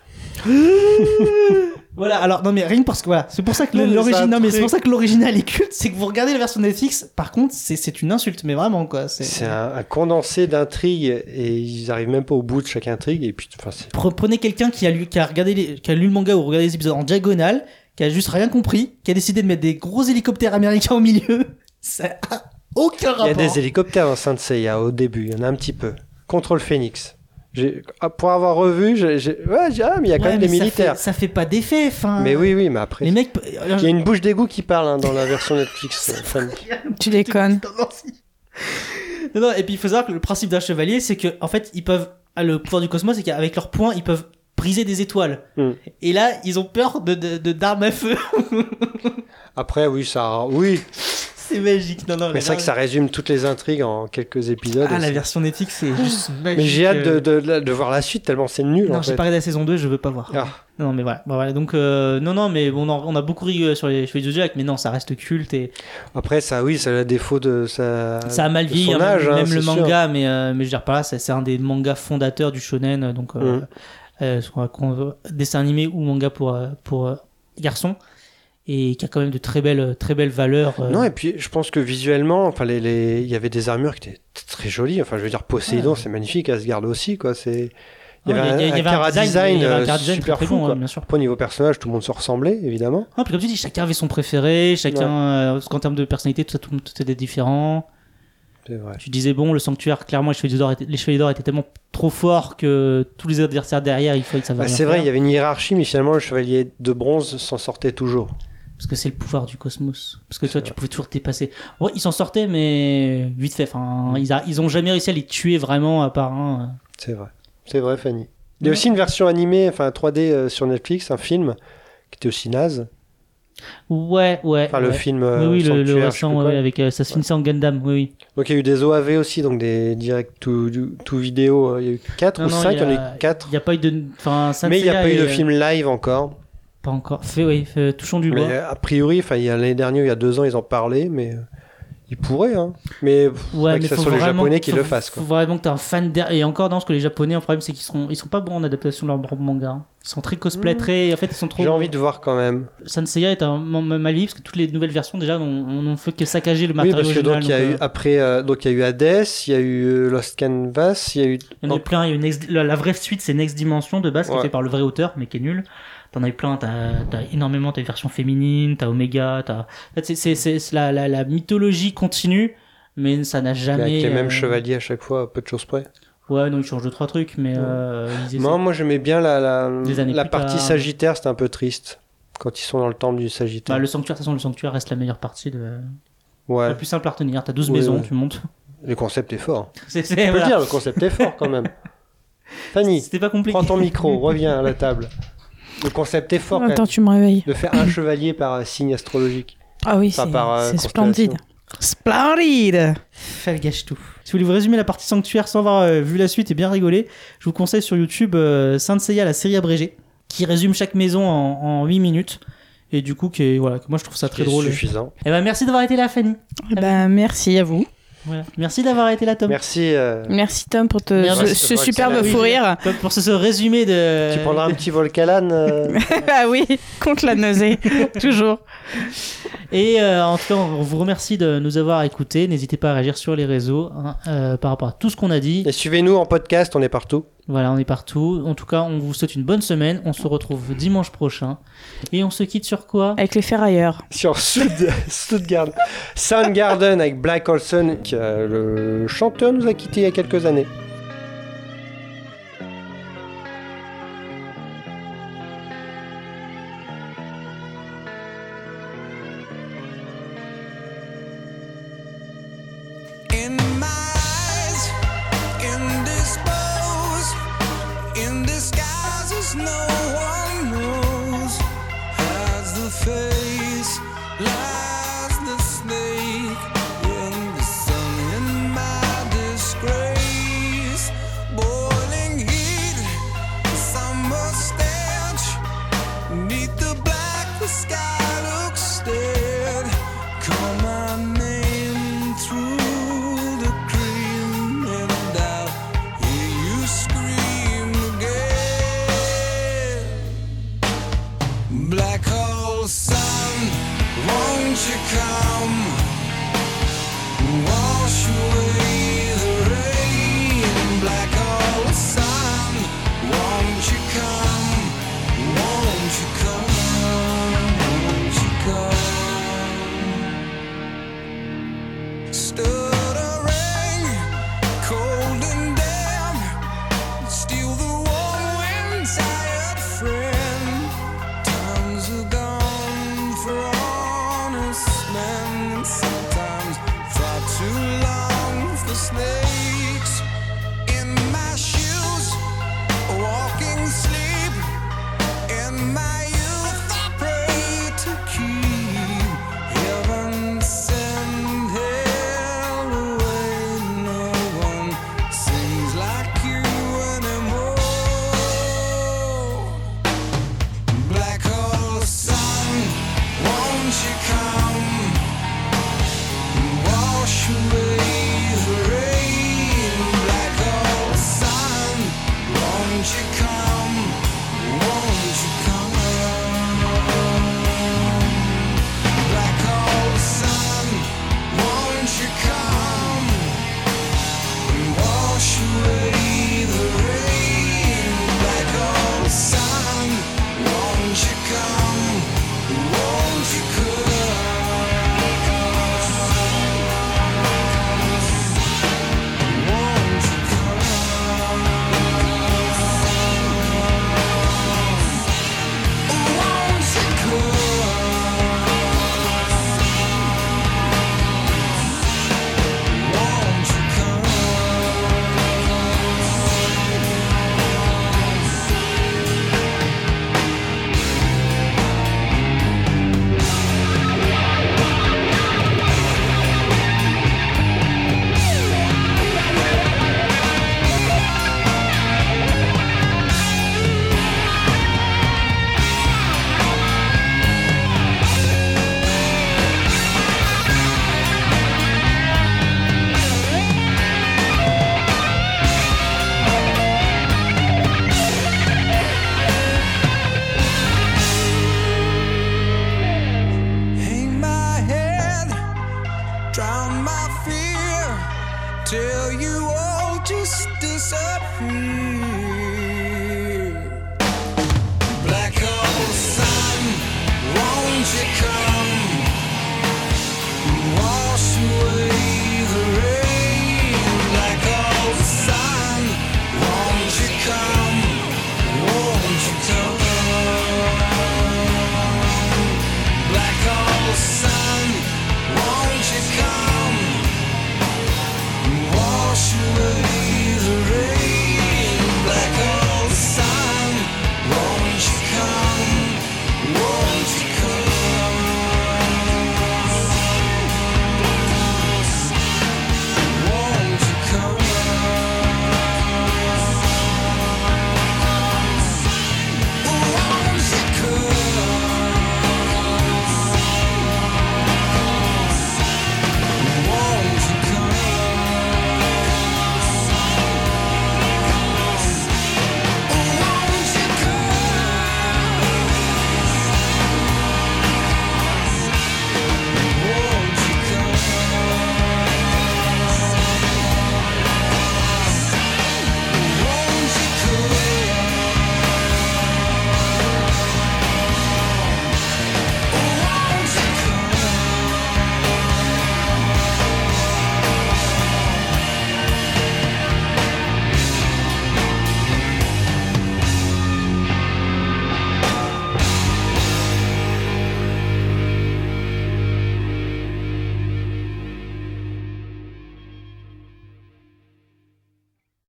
C: Voilà, alors non mais rien que parce que voilà, c'est pour ça que
E: Non, mais
C: l'origine,
E: c'est un
C: non mais c'est
E: truc.
C: pour ça que l'original est culte, c'est que vous regardez la version Netflix, par contre c'est c'est une insulte, mais vraiment quoi. C'est,
E: C'est un, un condensé d'intrigues et ils arrivent même pas au bout de chaque intrigue et puis enfin c'est
C: Pre- Prenez quelqu'un qui a lu, qui a regardé, les- qui a lu le manga ou regardé les épisodes en diagonale, qui a juste rien compris, qui a décidé de mettre des gros hélicoptères américains au milieu, ça a aucun rapport.
E: il y a des hélicoptères dans Saint Seiya au début, il y en a un petit peu. Contrôle Phoenix. J'ai, ah, pour avoir revu, j'ai, j'ai- ouais, j'ai- ah, mais il y a quand
C: Ouais,
E: même
C: mais
E: des
C: ça
E: militaires.
C: fait- Ça fait pas d'effet, enfin.
E: Mais oui, oui, mais après.
C: Les mecs.
E: Il y a une bouche d'égout qui parle hein, dans la version Netflix. euh, fan.
D: Tu déconnes.
C: Non, non, et puis il faut savoir que le principe d'un chevalier, c'est que en fait, ils peuvent. ah, Le pouvoir du cosmos, c'est qu'avec leurs poings, ils peuvent briser des étoiles.
E: Hmm.
C: Et là, ils ont peur de, de, de d'armes à feu.
E: Après, oui, ça, oui.
C: C'est magique. Non, non,
E: Mais
C: mais
E: c'est vrai que ça résume toutes les intrigues en quelques épisodes.
C: Ah,
E: et
C: la
E: c'est-
C: version Netflix, c'est juste magique.
E: Mais j'ai hâte de, de, de, de voir la suite tellement c'est nul.
C: Non,
E: en
C: j'ai
E: fait.
C: pas regardé la saison deux, je veux pas voir.
E: Ah.
C: Non, mais voilà. Bon, voilà. Donc, euh, non, non, mais on, en- on a beaucoup ri sur les Chevaliers du Zodiac, mais non, ça reste culte et
E: Après, ça, oui, ça a le défaut de sa.
C: ça a mal
E: de
C: vieilli,
E: son
C: hein,
E: âge,
C: même,
E: hein,
C: même
E: c'est
C: le
E: sûr.
C: manga, mais, euh, mais je veux dire par là, c'est, c'est un des mangas fondateurs du shonen, donc euh,
E: Mm.
C: euh, ce qu'on- qu'on veut- dessin animé ou manga pour, euh, pour euh, garçons, et qui a quand même de très belles, très belles valeurs. euh.
E: Non, et puis je pense que visuellement, enfin, les, les... il y avait des armures qui étaient t- très jolies. Enfin, je veux dire, Poséidon,
C: Ouais.
E: c'est magnifique, Asgard aussi, quoi. C'est. Il y
C: Non,
E: avait un,
C: il y a- il y
E: un
C: avait un
E: chara
C: design-
E: design,
C: il y avait un
E: euh,
C: chara design
E: super
C: très
E: fou,
C: bon,
E: quoi.
C: ouais, bien sûr.
E: Après, au niveau personnage, tout le monde se ressemblait, évidemment.
C: Ah, puis comme tu dis, chacun avait son préféré, chacun, euh, parce qu'en termes de personnalité, tout ça, tout, tout était différent.
E: C'est vrai.
C: Tu disais, bon, le sanctuaire, clairement, les Chevaliers d'Or étaient, les Chevaliers d'Or étaient tellement trop forts que tous les adversaires derrière, il fallait que ça
E: Bah,
C: va
E: c'est vrai, il y avait une hiérarchie, mais finalement, le chevalier de bronze s'en sortait toujours.
C: Parce que c'est le pouvoir du cosmos. Parce que toi,
E: C'est
C: tu
E: vrai.
C: pouvais toujours te dépasser. Ouais, ils s'en sortaient, mais vite fait. Enfin, ils, a, ils ont jamais réussi à les tuer vraiment à part un.
E: C'est vrai. C'est vrai, Fanny. Il y a
C: Ouais.
E: aussi une version animée, enfin trois D euh, sur Netflix, un film qui était aussi naze.
C: Ouais, ouais.
E: Enfin, le
C: ouais.
E: film euh,
C: Oui, oui, le, le
E: Sanctuaire, je sais
C: récent,
E: plus
C: ouais,
E: quoi.
C: ouais, avec euh, ça se finissait en Gundam, oui, oui.
E: Donc il y a eu des O A V aussi, donc des direct to, to vidéo. euh, Il y a eu quatre
C: Non,
E: ou
C: non,
E: cinq,
C: il y
E: il y en
C: a-
E: a eu quatre.
C: Il n'y a pas eu de. Enfin, Saint
E: Mais il n'y a
C: Seiya
E: pas eu de
C: est-
E: film live encore.
C: Pas encore. Fait, oui, fait, touchons du
E: Mais
C: bois.
E: euh, a priori, enfin, il y a l'année dernière, il y a deux ans, ils en parlaient, mais euh, ils pourraient. Hein. Mais il faudrait
C: Ouais,
E: que
C: mais
E: ce
C: faut
E: soit les
C: vraiment-
E: Japonais qui
C: faut-
E: le fassent. Quoi.
C: Faut vraiment que t'es un fan der- Et encore, non, parce que les Japonais, le problème, c'est qu'ils seront, ils sont pas bons en adaptation de leur propre manga. hein. Ils sont très cosplay,
E: Mmh.
C: très. En fait, ils sont trop.
E: J'ai envie de voir quand même.
C: Saint Seiya est un moment mal vécu parce que toutes les nouvelles versions déjà n'ont n'ont fait que saccager le
E: Oui,
C: matériel
E: parce que
C: original.
E: donc il y a
C: donc,
E: eu
C: euh,
E: après, euh, donc il y a eu Hades, il y a eu euh, Lost Canvas, il y a eu.
C: Il y en a eu plein. Il y a eu Next- la, la vraie suite, c'est Next Dimension de base, qui
E: Ouais.
C: est fait par le vrai auteur, mais qui est nul. T'en as eu plein. T'as as énormément. T'as une version féminine, t'as Omega. T'as. En fait, c'est- c'est c'est- c'est la, la, la mythologie continue, mais ça n'a
E: Mais
C: jamais.
E: avec les mêmes
C: euh,
E: chevaliers à chaque fois, à peu de choses près.
C: Ouais, non, ils changent deux trois trucs, mais euh, ils essaient-
E: Non, moi j'aimais bien la, la,
C: Des années
E: la
C: plus
E: partie
C: tard.
E: Sagittaire, c'était un peu triste. Quand ils sont dans le temple du Sagittaire.
C: Bah, le sanctuaire, de toute façon, le sanctuaire reste la meilleure partie de.
E: Ouais,
C: La plus simple à retenir. T'as douze
E: Oui,
C: maisons,
E: ouais.
C: tu montes.
E: le concept est fort.
C: C'est, c'est,
E: On peut
C: voilà.
E: le dire, le concept est fort quand même. Fanny,
C: C'était pas compliqué.
E: prends ton micro, reviens à la table. Le concept est fort quand
D: Attends,
E: même.
D: tu me réveilles.
E: De faire un chevalier par euh, signe astrologique.
D: Ah oui,
E: Enfin,
D: c'est
E: par, euh,
D: c'est
E: constellation.
D: splendide. Splendide.
C: Elle gâche tout. Si vous voulez vous résumer la partie sanctuaire sans avoir euh, vu la suite et bien rigoler, je vous conseille sur YouTube euh, Saint Seiya, la série abrégée, qui résume chaque maison en, en huit minutes. Et du coup, qui est, voilà, que moi je trouve ça très
E: C'est
C: drôle.
E: suffisant.
C: Et ben merci d'avoir été là, Fanny.
D: Eh ben, merci à vous.
C: Voilà. Merci d'avoir été là, Tom.
E: Merci. euh,
D: Merci Tom pour te,
C: Merci,
D: ce,
E: c'est
D: ce
E: vrai que
D: superbe
E: c'est la-
D: fou rire.
C: Comme pour ce, ce résumé de.
E: Tu prendras un petit Volcalan euh,
D: Ah oui, contre la nausée, toujours.
C: Et euh, en tout cas, on vous remercie de nous avoir écoutés. N'hésitez pas à réagir sur les réseaux hein, euh, par rapport à tout ce qu'on a dit.
E: Et suivez-nous en podcast, on est partout.
C: Voilà, on est partout. En tout cas, on vous souhaite une bonne semaine. On se retrouve dimanche prochain. Et on se quitte sur quoi?
D: Avec les ferrailleurs.
E: Sur Stud- Stuttgart. Soundgarden avec Black Olson, qui, euh, le chanteur nous a quittés il y a quelques années.
K: In my eyes, indisposed, in disguises no one knows. Has the face, lies the snake in the sun. In my disgrace, boiling heat, summer stench. Neath the black, the sky looks dead. Call my name through the creek. Wash away